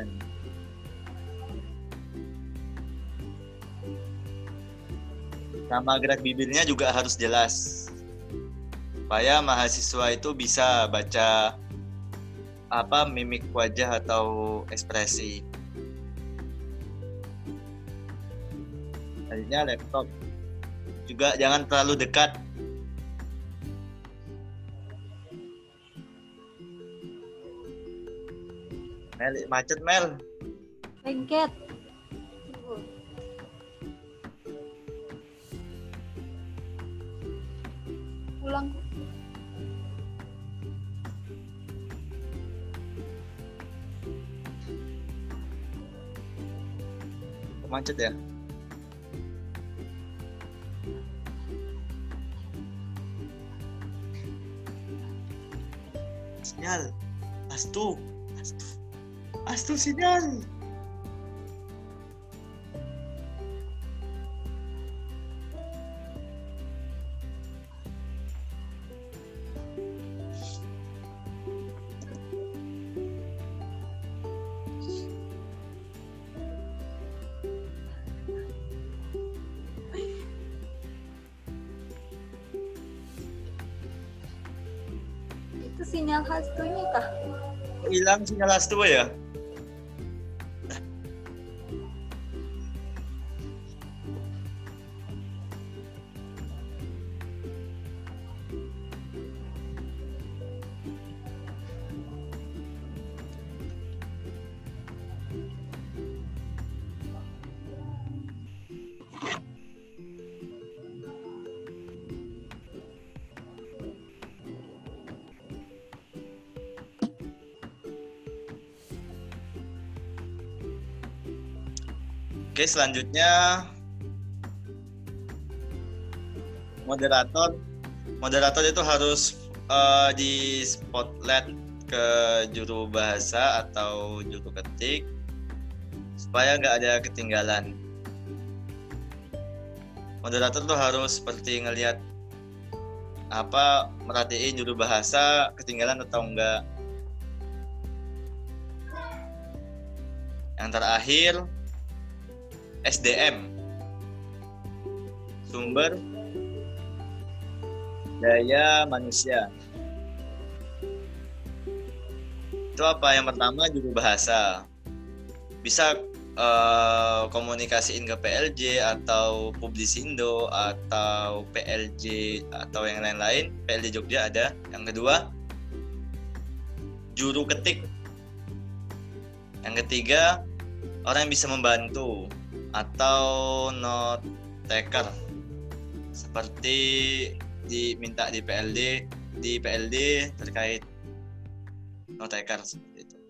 Sama gerak bibirnya juga harus jelas. Supaya mahasiswa itu bisa baca mimik wajah atau ekspresi. Selanjutnya laptop. Juga jangan terlalu dekat. Mel, macet Mel. Lengket. Pulang. Macet ya? Sinyal. Astu sinyal. Itu sinyal hastunya kah? Hilang sinyal Astu ya? Oke, selanjutnya moderator itu harus di spotlight ke juru bahasa atau juru ketik supaya nggak ada ketinggalan. Moderator tuh harus seperti ngelihat merhatiin juru bahasa ketinggalan atau enggak. Yang terakhir SDM, sumber daya manusia. Itu apa? Yang pertama juru bahasa. Bisa komunikasiin ke PLJ atau Publisindo atau PLJ atau yang lain-lain. PLJ Jogja ada. Yang kedua juru ketik. Yang ketiga orang yang bisa membantu atau note taker seperti diminta di PLD terkait note taker seperti itu.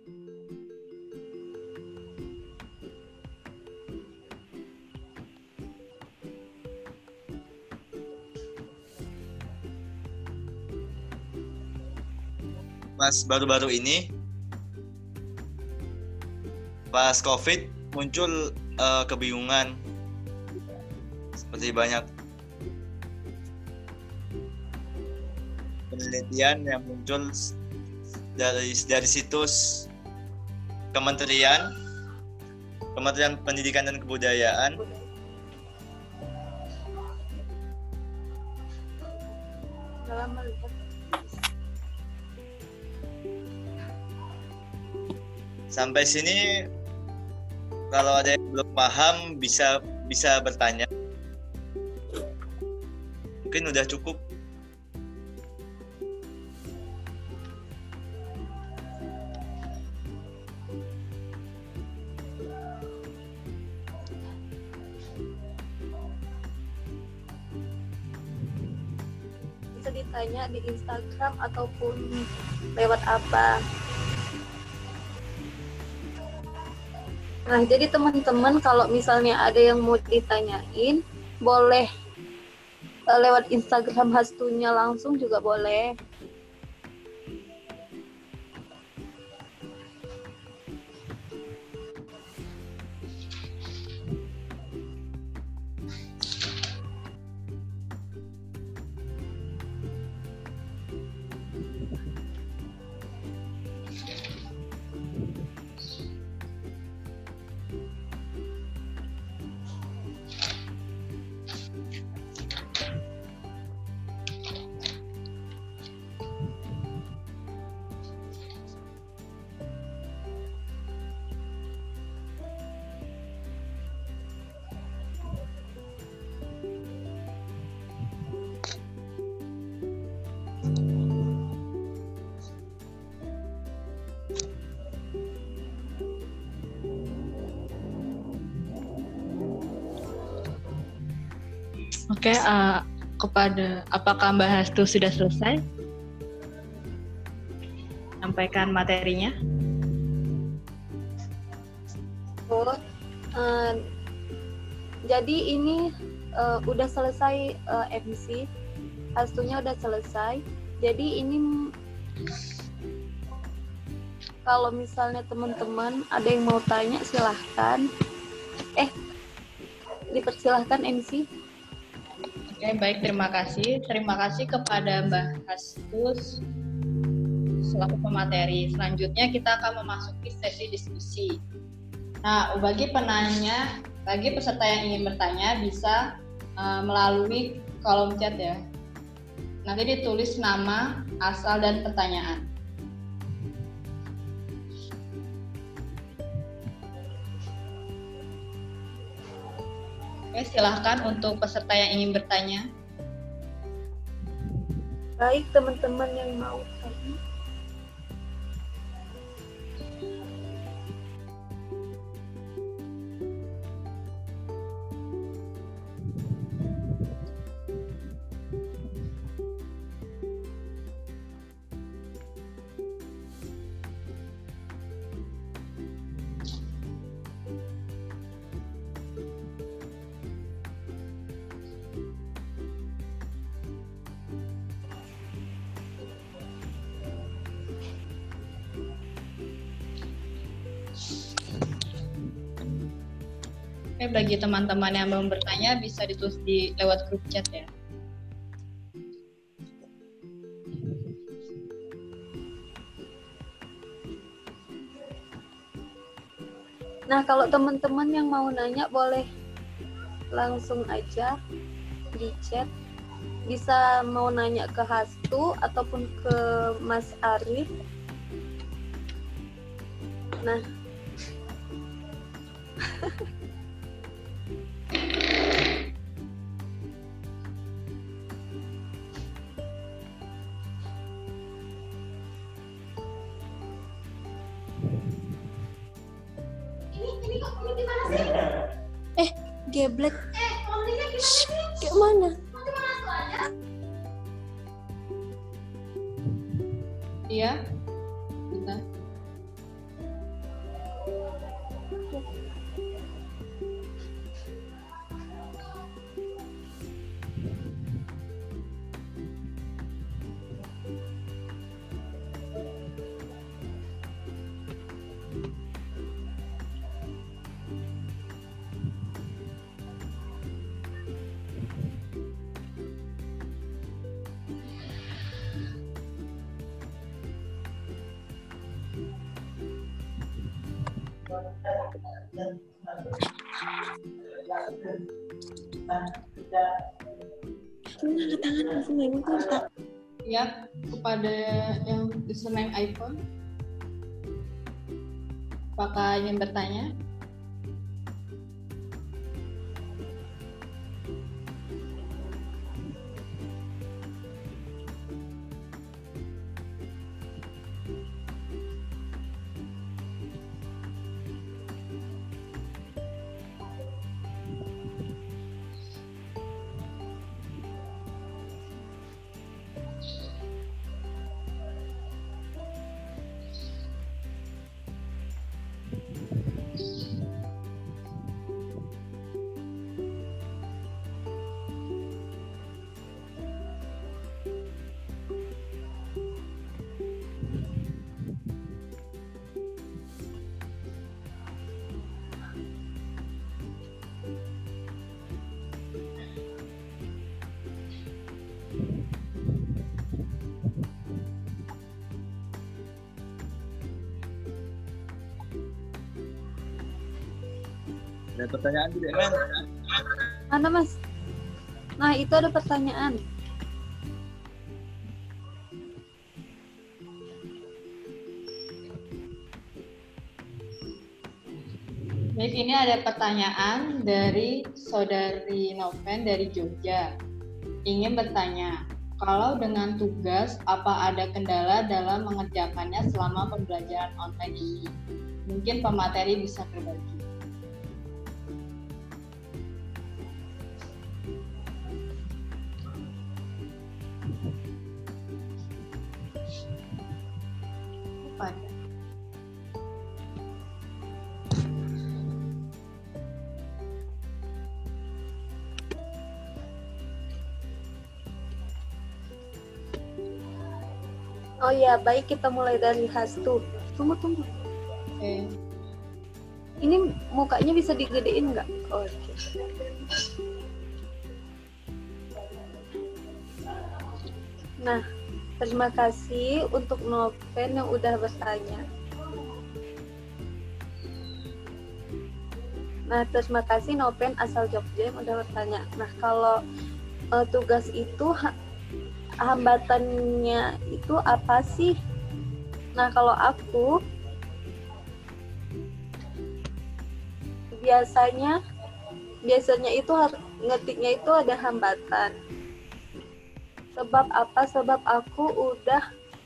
Pas baru-baru ini pas COVID muncul kebingungan seperti banyak penelitian yang muncul dari situs Kementerian Pendidikan dan Kebudayaan dalam melihat sampai sini. Kalau ada yang belum paham bisa bertanya. Mungkin udah cukup. bisa ditanya di Instagram ataupun lewat apa. Nah, jadi teman-teman kalau misalnya ada yang mau ditanyain, boleh lewat Instagram Hastunya langsung juga boleh. Oke, apakah Mbak Hastu sudah selesai sampaikan materinya? Jadi ini udah selesai MC, Hastunya udah selesai. Jadi ini kalau misalnya teman-teman ada yang mau tanya silahkan. Dipersilahkan MC. Oke, baik, terima kasih. Terima kasih kepada Mbak Hastus selaku pemateri. Selanjutnya kita akan memasuki sesi diskusi. Nah, bagi peserta yang ingin bertanya bisa melalui kolom chat ya. Nanti ditulis nama, asal, dan pertanyaan. Oke, silahkan untuk peserta yang ingin bertanya. Baik, teman-teman yang mau tanya. Oke, bagi teman-teman yang mau bertanya bisa ditulis di lewat grup chat ya. Nah, kalau teman-teman yang mau nanya boleh langsung aja di chat. Bisa mau nanya ke Hastu ataupun ke Mas Arif. Nah, geblek. Kayak mana? Iya. Bentar. Ya, kepada yang username iPhone. Apakah ingin bertanya? Ada pertanyaan tidak, Men? Mana, Mas? Nah, itu ada pertanyaan. Baik, ini ada pertanyaan dari Saudari Noven dari Jogja. Ingin bertanya, kalau dengan tugas, apa ada kendala dalam mengerjakannya selama pembelajaran online ini? Mungkin pemateri bisa berbagi. Apa ada? Oh ya, baik, kita mulai dari Hastu. Tunggu. Oke. Ini mukanya bisa digedein nggak? Oke. Nah, terima kasih untuk Noven yang udah bertanya. Nah, terima kasih Noven asal Jogja yang udah bertanya. Nah, kalau tugas itu hambatannya itu apa sih? Nah, kalau aku biasanya itu ngetiknya itu ada hambatan. Sebab apa? Sebab aku udah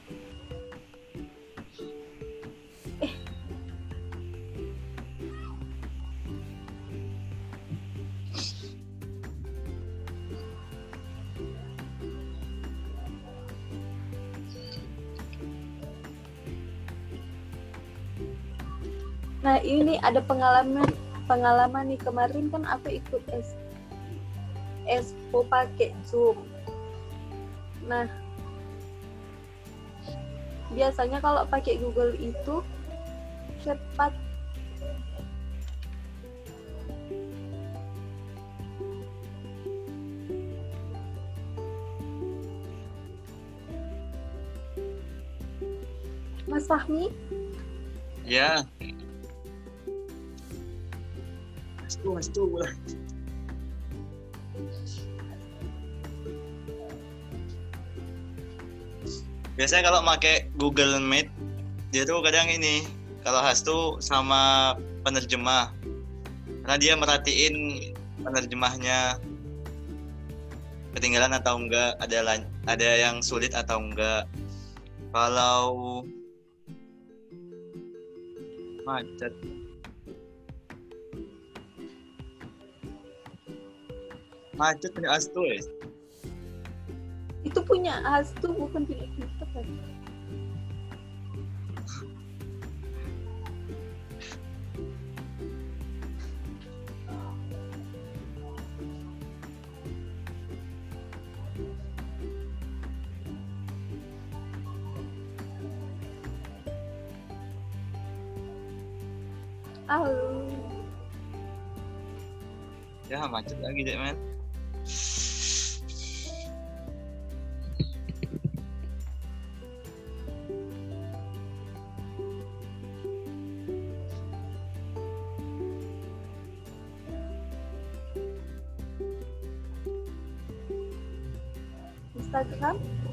Nah, ini ada pengalaman nih, kemarin kan aku ikut expo pakai Zoom. Nah, biasanya kalau pakai Google itu cepat Sahmi? Ya. Hastu. Biasanya kalau pakai Google Meet, dia tuh kadang ini, kalau Hastu sama penerjemah. Karena dia merhatiin penerjemahnya ketinggalan atau enggak, ada yang sulit atau enggak. Kalau macet, punya Hastu ya. Itu punya Hastu, bukan punya kita kan? Ya macet lagi deh men. Instagram?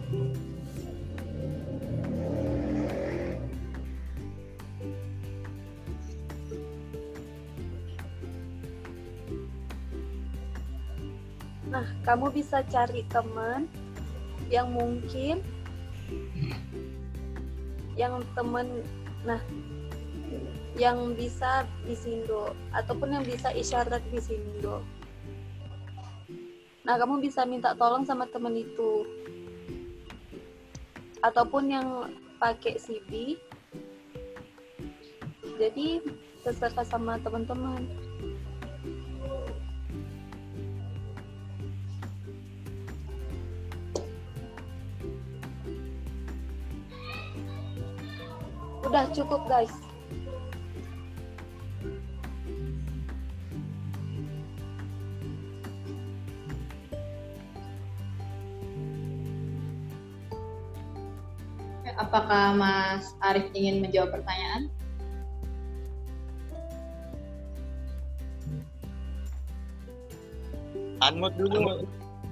Nah, kamu bisa cari teman yang mungkin yang bisa bisindo ataupun yang bisa isyarat bisindo. Nah, kamu bisa minta tolong sama teman itu. Ataupun yang pakai CB. Jadi, terserah sama teman-teman. Udah cukup, guys. Apakah Mas Arif ingin menjawab pertanyaan? Unmute dulu.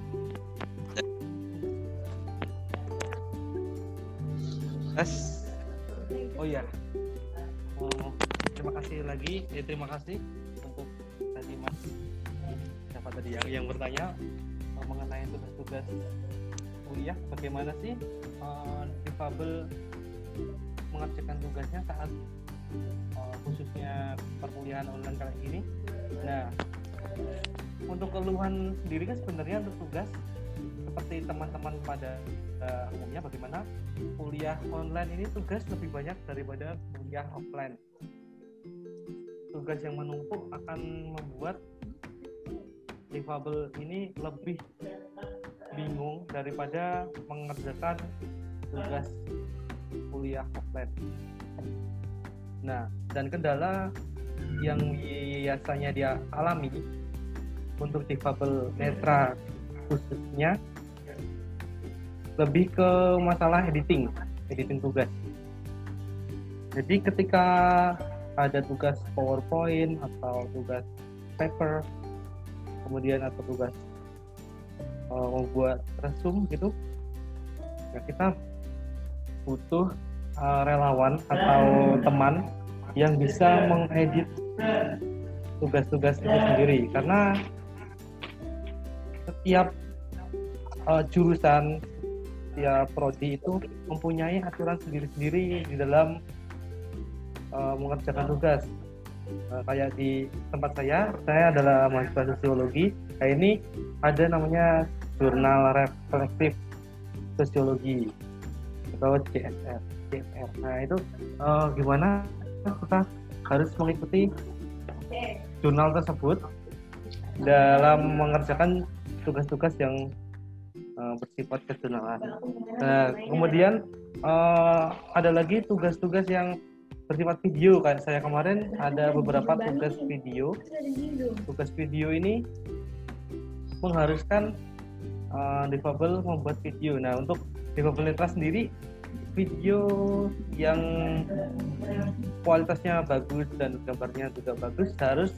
Oh ya. Terima kasih lagi. Terima kasih untuk tadi Mas. Siapa tadi yang bertanya mengenai tugas-tugas kuliah, bagaimana sih difabel mengerjakan tugasnya saat khususnya perkuliahan online kali ini. Nah, untuk keluhan sendiri kan sebenarnya untuk tugas seperti teman-teman pada umumnya, bagaimana kuliah online ini tugas lebih banyak daripada kuliah offline. Tugas yang menumpuk akan membuat difabel ini lebih bingung daripada mengerjakan tugas kuliah offline. Nah, dan kendala yang biasanya dia alami untuk difabel netra khususnya lebih ke masalah editing tugas. Jadi ketika ada tugas PowerPoint atau tugas paper, kemudian atau tugas membuat resume gitu, ya kita butuh relawan atau teman yang bisa mengedit tugas-tugas itu sendiri, karena setiap jurusan, setiap prodi itu mempunyai aturan sendiri-sendiri di dalam mengerjakan tugas. Kayak di tempat saya adalah mahasiswa sosiologi. Nah, ini ada namanya jurnal reflektif sosiologi atau JSR. Nah, itu gimana kita harus mengikuti jurnal tersebut dalam mengerjakan tugas-tugas yang bersifat kejurnalan. Nah, kemudian ada lagi tugas-tugas yang bersifat video. Kan saya kemarin ada beberapa tugas video. Tugas video ini mengharuskan difabel membuat video. Nah, untuk difabel netra sendiri video yang kualitasnya bagus dan gambarnya juga bagus harus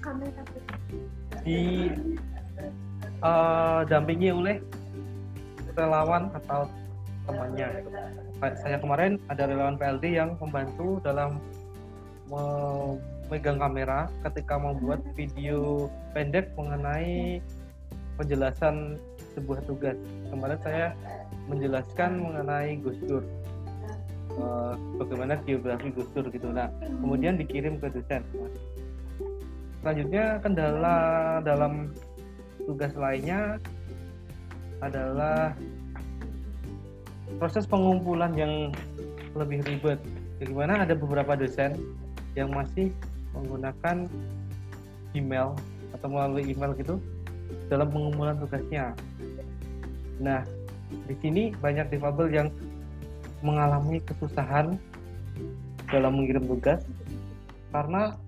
didampingi oleh relawan atau temannya. Kayak saya kemarin ada relawan PLD yang membantu dalam memegang kamera ketika membuat video pendek mengenai penjelasan sebuah tugas. Kemarin saya menjelaskan mengenai Gus Dur, bagaimana biografi Gus Dur gitu. Nah, kemudian dikirim ke dosen. Selanjutnya kendala dalam tugas lainnya adalah proses pengumpulan yang lebih ribet. Bagaimana ada beberapa dosen yang masih menggunakan email atau melalui email gitu dalam pengumpulan tugasnya. Nah, di sini banyak difabel yang mengalami kesusahan dalam mengirim tugas karena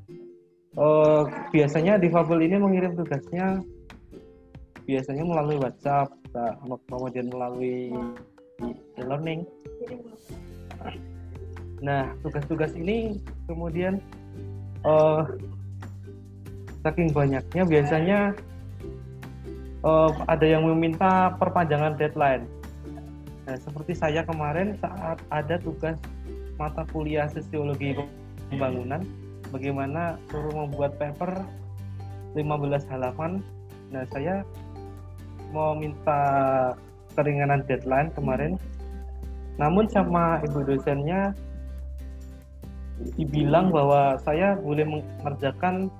biasanya difabel ini mengirim tugasnya biasanya melalui WhatsApp, kemudian melalui e-learning. Nah, tugas-tugas ini kemudian saking banyaknya biasanya ada yang meminta perpanjangan deadline. Nah, seperti saya kemarin saat ada tugas mata kuliah sosiologi pembangunan, bagaimana suruh membuat paper 15 halaman. Nah, saya mau minta keringanan deadline kemarin, namun sama ibu dosennya dibilang bahwa saya boleh mengerjakan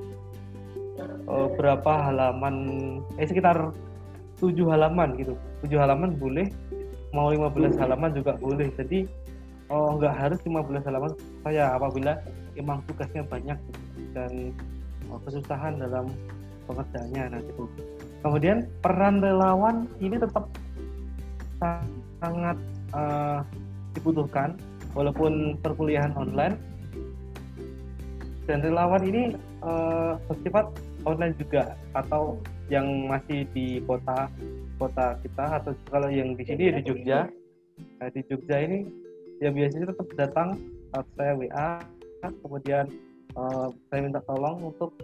berapa halaman, sekitar 7 halaman gitu. 7 halaman boleh, mau 15 halaman juga boleh. Jadi nggak harus 15 halaman saya apabila emang tugasnya banyak gitu, dan kesusahan dalam pengerjaannya. Nah, gitu. Kemudian peran relawan ini tetap sangat dibutuhkan walaupun perkuliahan online, dan relawan ini bersifat online juga atau yang masih di kota kita, atau kalau yang di sini di Jogja. Nah, di Jogja ini ya biasanya tetap datang saat saya WA, kemudian saya minta tolong untuk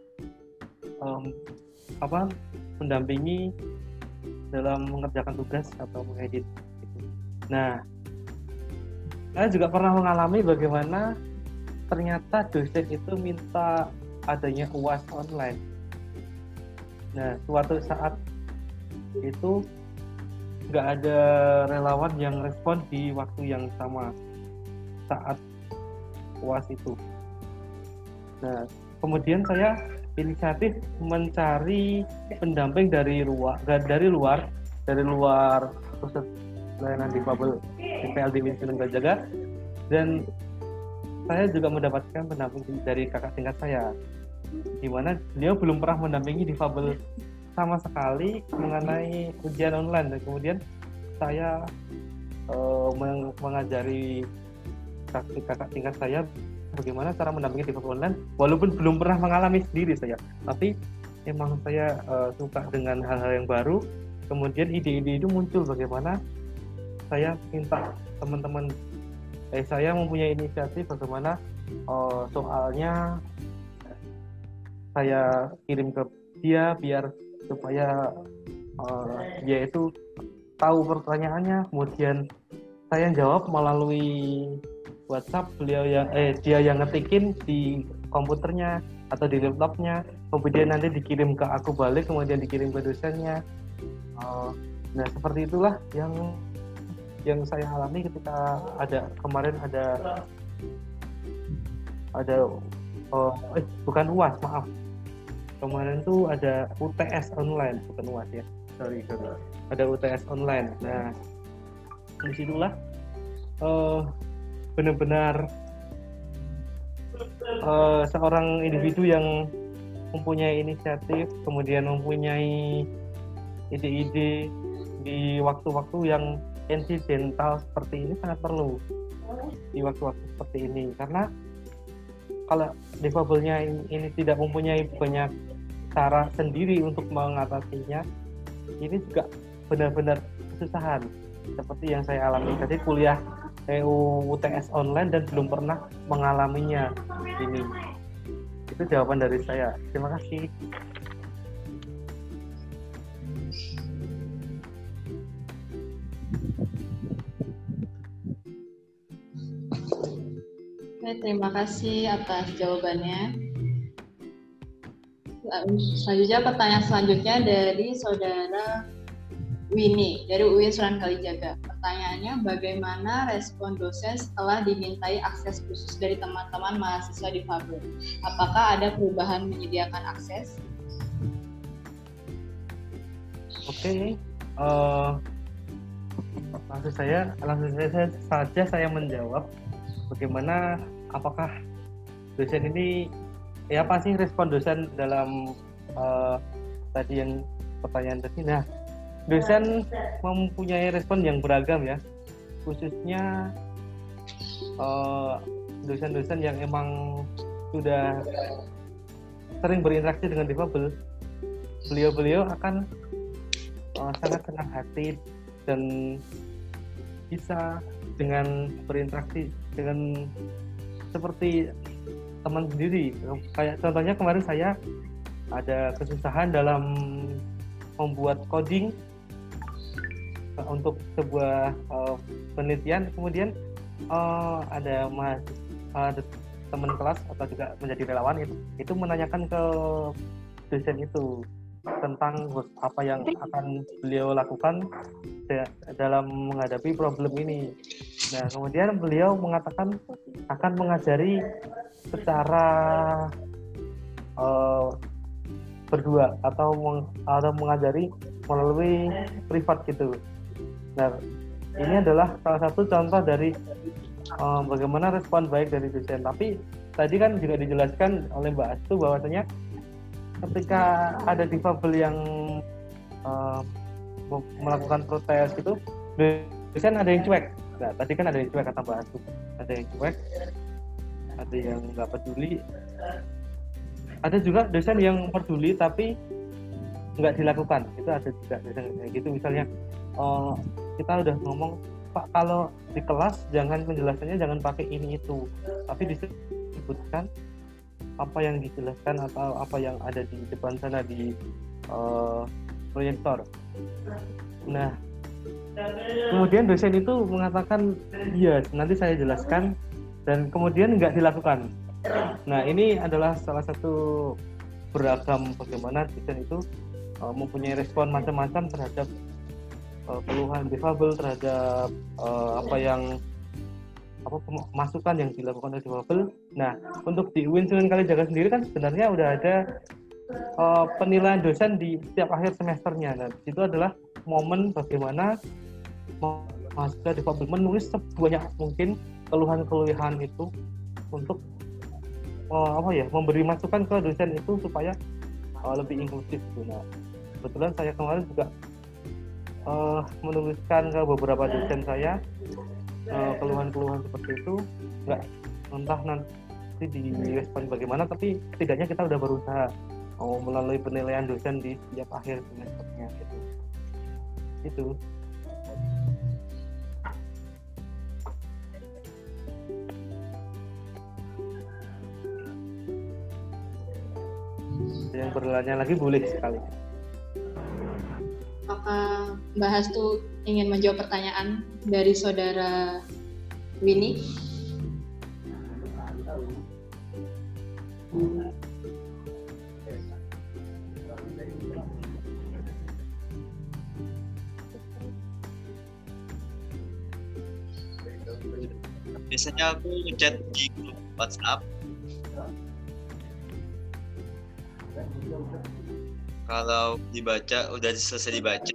mendampingi dalam mengerjakan tugas atau mengedit gitu. Nah, saya juga pernah mengalami bagaimana ternyata dosen itu minta adanya UAS online. Nah, suatu saat itu nggak ada relawan yang respon di waktu yang sama saat UAS itu. Nah, kemudian saya inisiatif mencari pendamping dari luar pusat pelayanan difabel PLD Wisnu Gajah, dan saya juga mendapatkan pendamping dari kakak tingkat saya, di mana beliau belum pernah mendampingi difabel sama sekali mengenai ujian online. Dan kemudian saya mengajari kakak tingkat saya bagaimana cara mendampingi difabel online, walaupun belum pernah mengalami sendiri saya, tapi emang saya suka dengan hal-hal yang baru. Kemudian ide-ide itu muncul bagaimana saya minta teman-teman saya mempunyai inisiatif bagaimana soalnya saya kirim ke dia biar supaya dia itu tahu pertanyaannya, kemudian saya jawab melalui WhatsApp, dia yang ngetikin di komputernya atau di laptopnya, kemudian nanti dikirim ke aku balik, kemudian dikirim ke dosennya. Nah, seperti itulah yang saya alami ketika kemarin bukan UAS, maaf. Kemarin tuh ada UTS online, bukan UAS ya. Sorry. Ada UTS online. Nah, disitulah benar-benar seorang individu yang mempunyai inisiatif, kemudian mempunyai ide-ide di waktu-waktu yang insidental seperti ini sangat perlu di waktu-waktu seperti ini, karena kalau difabelnya ini tidak mempunyai banyak cara sendiri untuk mengatasinya, ini juga benar-benar kesusahan. seperti yang saya alami. Jadi kuliah EU UTS online dan belum pernah mengalaminya ini. Itu jawaban dari saya. Terima kasih. Oke, terima kasih atas jawabannya. Selanjutnya pertanyaan selanjutnya dari saudara Winnie dari UIN Sunan Kalijaga. Pertanyaannya, bagaimana respon dosen setelah dimintai akses khusus dari teman-teman mahasiswa difabel? Apakah ada perubahan menyediakan akses? Oke, langsung saja saya menjawab. Bagaimana, apakah dosen ini, ya apa sih respon dosen dalam tadi yang pertanyaan tadi? Nah, dosen mempunyai respon yang beragam ya, khususnya dosen-dosen yang emang sudah sering berinteraksi dengan difabel. Beliau akan sangat senang hati dan bisa dengan berinteraksi dengan seperti teman sendiri. Kayak contohnya kemarin saya ada kesusahan dalam membuat coding untuk sebuah penelitian, kemudian ada teman kelas atau juga menjadi relawan itu menanyakan ke dosen itu tentang apa yang akan beliau lakukan dalam menghadapi problem ini. Nah, kemudian beliau mengatakan akan mengajari secara berdua atau mengajari melalui privat gitu. Nah, ini adalah salah satu contoh dari bagaimana respon baik dari dosen. Tapi tadi kan juga dijelaskan oleh Mbak Astu bahwasanya ketika ada difabel yang melakukan protes gitu, dosen ada yang cuek. Nah, tadi kan ada yang cuek kata Mbak Astu, ada yang cuek, ada yang nggak peduli, ada juga dosen yang peduli tapi nggak dilakukan. Itu ada juga dosen kayak gitu. Misalnya kita udah ngomong, Pak, kalau di kelas jangan penjelasannya jangan pakai ini itu, tapi disebutkan apa yang dijelaskan atau apa yang ada di depan sana di proyektor. Nah, kemudian dosen itu mengatakan, iya nanti saya jelaskan, dan kemudian nggak dilakukan. Nah, ini adalah salah satu beragam bagaimana dosen itu mempunyai respon macam-macam terhadap keluhan difabel, terhadap masukan yang dilakukan oleh difabel. Nah, untuk di UIN Sunan Kalijaga sendiri kan sebenarnya udah ada penilaian dosen di setiap akhir semesternya. Nah, itu adalah momen bagaimana mahasiswa difabel menulis sebanyak mungkin keluhan-keluhan itu untuk memberi masukan ke dosen itu supaya lebih inklusif. Nah, kebetulan saya kemarin juga menuliskan ke beberapa dosen saya keluhan-keluhan seperti itu. Nggak entah nanti direspon bagaimana, tapi setidaknya kita udah berusaha melalui penilaian dosen di setiap akhir semesternya gitu. Itu. Yang bertanya lagi boleh sekali. Apakah Mbak Hastu ingin menjawab pertanyaan dari saudara Winnie? Biasanya aku ngechat di grup WhatsApp. Kalau dibaca, udah selesai dibaca,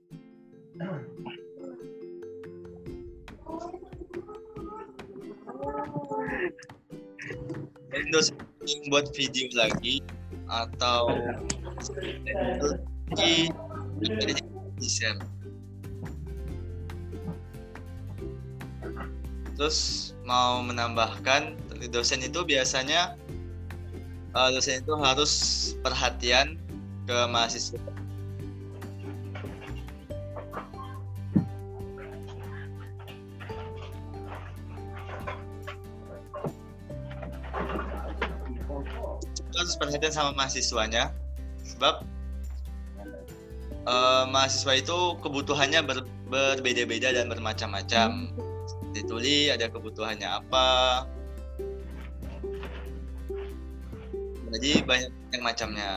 terus buat video lagi atau di share. Terus mau menambahkan, dosen itu biasanya dosen itu harus perhatian ke mahasiswa. harus perhatian sama mahasiswanya, sebab mahasiswa itu kebutuhannya berbeda-beda dan bermacam-macam. Di Tuli ada kebutuhannya apa, jadi banyak yang macamnya.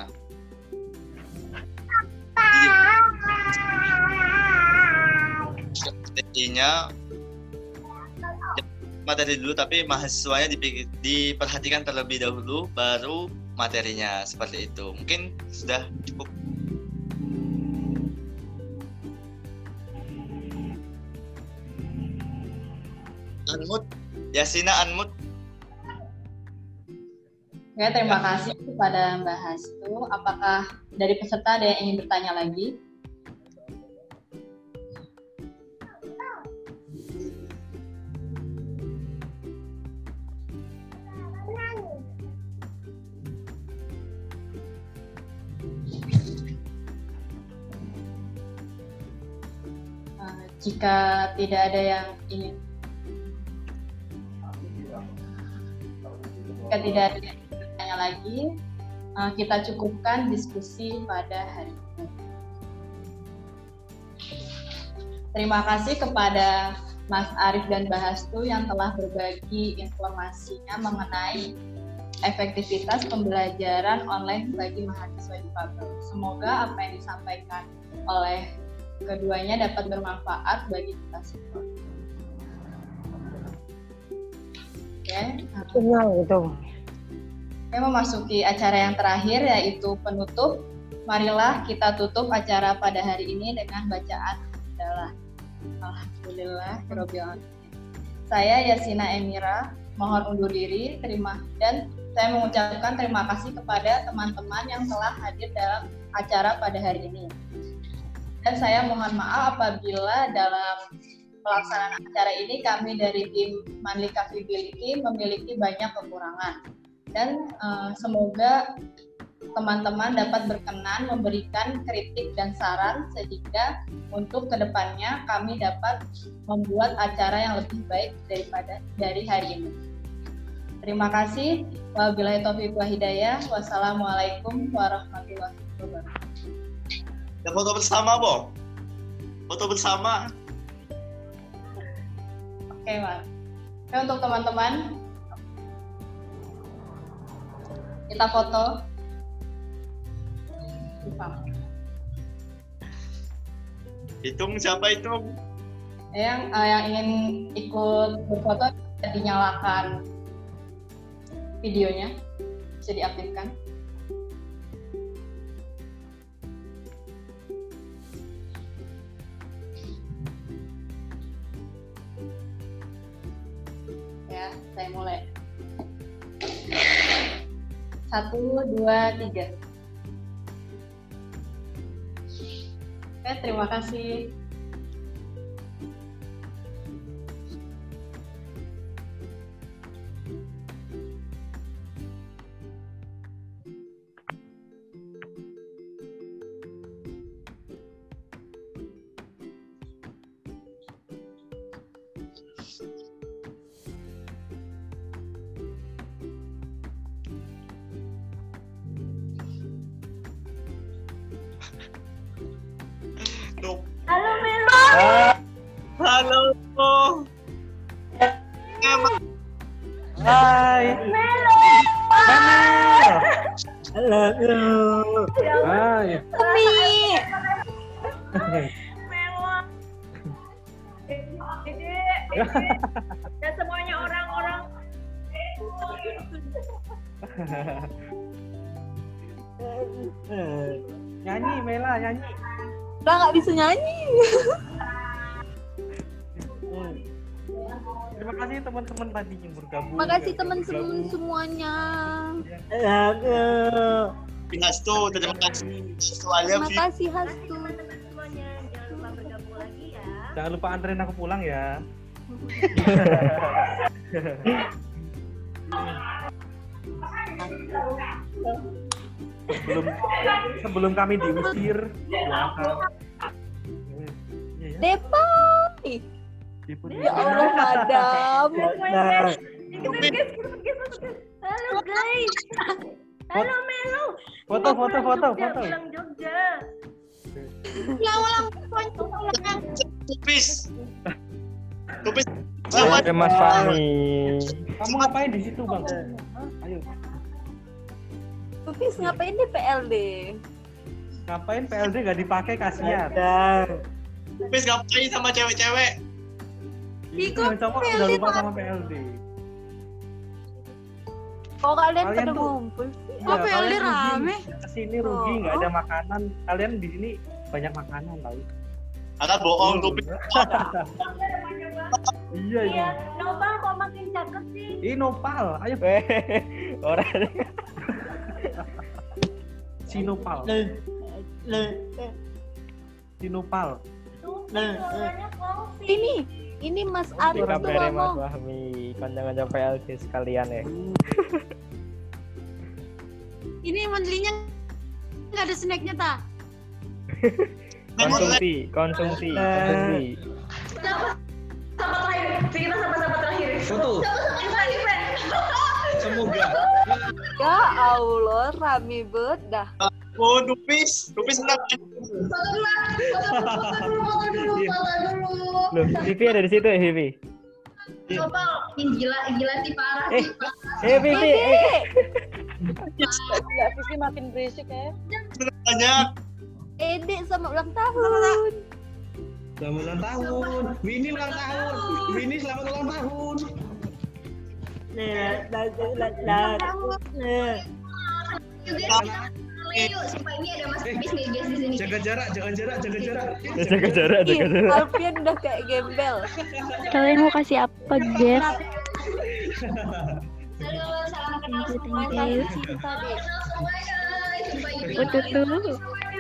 Intinya materi dulu, tapi mahasiswanya diperhatikan terlebih dahulu, baru materinya, seperti itu. Mungkin sudah cukup. Unmute, Yasina unmute. Oke, terima kasih kepada Mbak Hastu. Apakah dari peserta ada yang ingin bertanya lagi? Jika tidak ada yang ingin, bertanya lagi, kita cukupkan diskusi pada hari ini. Terima kasih kepada Mas Arif dan Mbak Hastu yang telah berbagi informasinya mengenai efektivitas pembelajaran online bagi mahasiswa difabel. Semoga apa yang disampaikan oleh keduanya dapat bermanfaat bagi kita semua. Oke, saya memasuki acara yang terakhir, yaitu penutup. Marilah kita tutup acara pada hari ini dengan bacaan adalah Alhamdulillah. Saya Yasina Emira mohon undur diri, dan saya mengucapkan terima kasih kepada teman-teman yang telah hadir dalam acara pada hari ini. Dan saya mohon maaf apabila dalam pelaksanaan acara ini kami dari tim Manlika Feasibility memiliki banyak kekurangan. Dan semoga teman-teman dapat berkenan memberikan kritik dan saran sehingga untuk kedepannya kami dapat membuat acara yang lebih baik daripada dari hari ini. Terima kasih. Wabillahi taufiq wa hidayah. Wassalamualaikum warahmatullahi wabarakatuh. Ada foto bersama, Bo? Foto bersama. Oke, Mas. Oke, untuk teman-teman, kita foto. Hitung, siapa hitung? Yang ingin ikut berfoto, dinyalakan videonya, bisa diaktifkan. Ya, saya mulai. 1, 2, 3. Oke, terima kasih. Halo Melo. Halo. Hai. Melo. Halo. Hai. Umi. Melo. Dede. Dan semuanya orang-orang. Nyanyi, Mela, nyanyi. Udah nggak bisa nyanyi. Terima kasih teman-teman tadi yang bergabung. Terima kasih teman-teman semuanya. Hastu, terima kasih. Terima kasih Hastu. Jangan lupa anterin aku pulang ya. Sebelum kami diusir. Depai. Ya Allah, madam. Halo guys. Foto. Pulang Jogja. Tupis. Ada Mas Fahmi. Kamu ngapain di situ, Bang? Ayo. Tupis ngapain di PLD? Ngapain PLD nggak dipakai, kasihan. Tupis ngapain sama cewek-cewek? Itu yang cowok udah lupa sama PLD. Oh kalian pada Kalian tuh- ngumpul sih? Iya, Oh, PLD kalian rugi. rame. Kesini rugi, nggak ada makanan. Kalian di sini banyak makanan tahu. Ada bohong Tupis. Iya ini. Nopal kok makin cakep sih? Ini Nopal, ayo Orang si Nopal. Si Nopal. Suaranya kongsi. Ini Mas Arif tuh kabarnya Mas ngomong. Fahmi, kanca-kanca PLD sekalian ya. Ini monthly-nya nggak ada snacknya ta? Konsumsi. Foto. Semoga. Ya Allah, rame banget dah. Oh, Tupis senang. Loh, Vivi ada di situ ya, Vivi? Coba gila sih parah. Vivi. Vivi makin berisik ya. Banyak. Ede sama ulang tahun. Selamat ulang tahun. Winnie ulang tahun. Winnie selamat ulang tahun. Yuk, supaya ini ada Mas Tupis nih guys di sini. Jaga jarak. Jaga jarak. Ih, Alfian udah kayak gembel. Kalian mau kasih apa, guys? Halo, salam kenal Thank semua. you. Cinta deh. Foto dulu.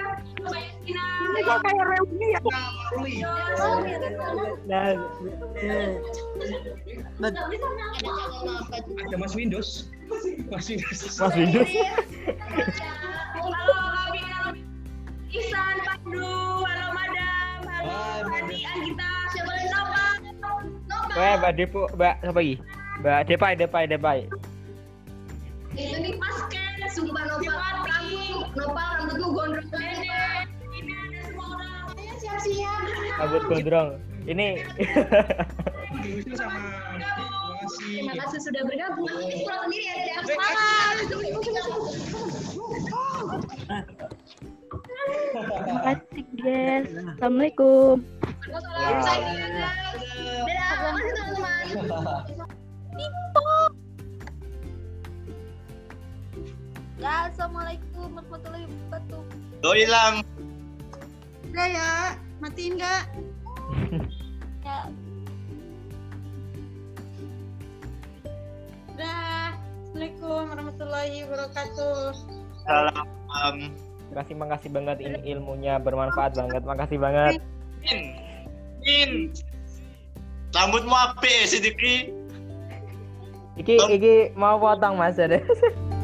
Ada Mas Windows. Mas Windows. Halo, kami Ihsan, Pandu, halo Madam, halo Adi, Anggita, siapa lagi Nopal? Weh, Mbak Depo, Mbak apa lagi? Mbak Depai. Itu nih Mas Ken, sumpah Nopal rambutmu gondrong banget. Ini ada semua orang. Saya siap-siap. Rambut gondrong. Ini Diusul sama. Terima kasih sudah bergabung. Pulang sendiri ya, Dede. Terima kasih, guys. Assalamualaikum. Dadah, makasih teman-teman. Ya, assalamualaikum warahmatullahi wabarakatuh. Lo hilang. Udah ya, matiin nggak? Ya, Udah. Assalamualaikum warahmatullahi wabarakatuh. Salam. makasih banget, ini ilmunya bermanfaat banget. Makasih banget. In. Rambutmu apik ya, Sidiki. Iki mau potong Mas ada.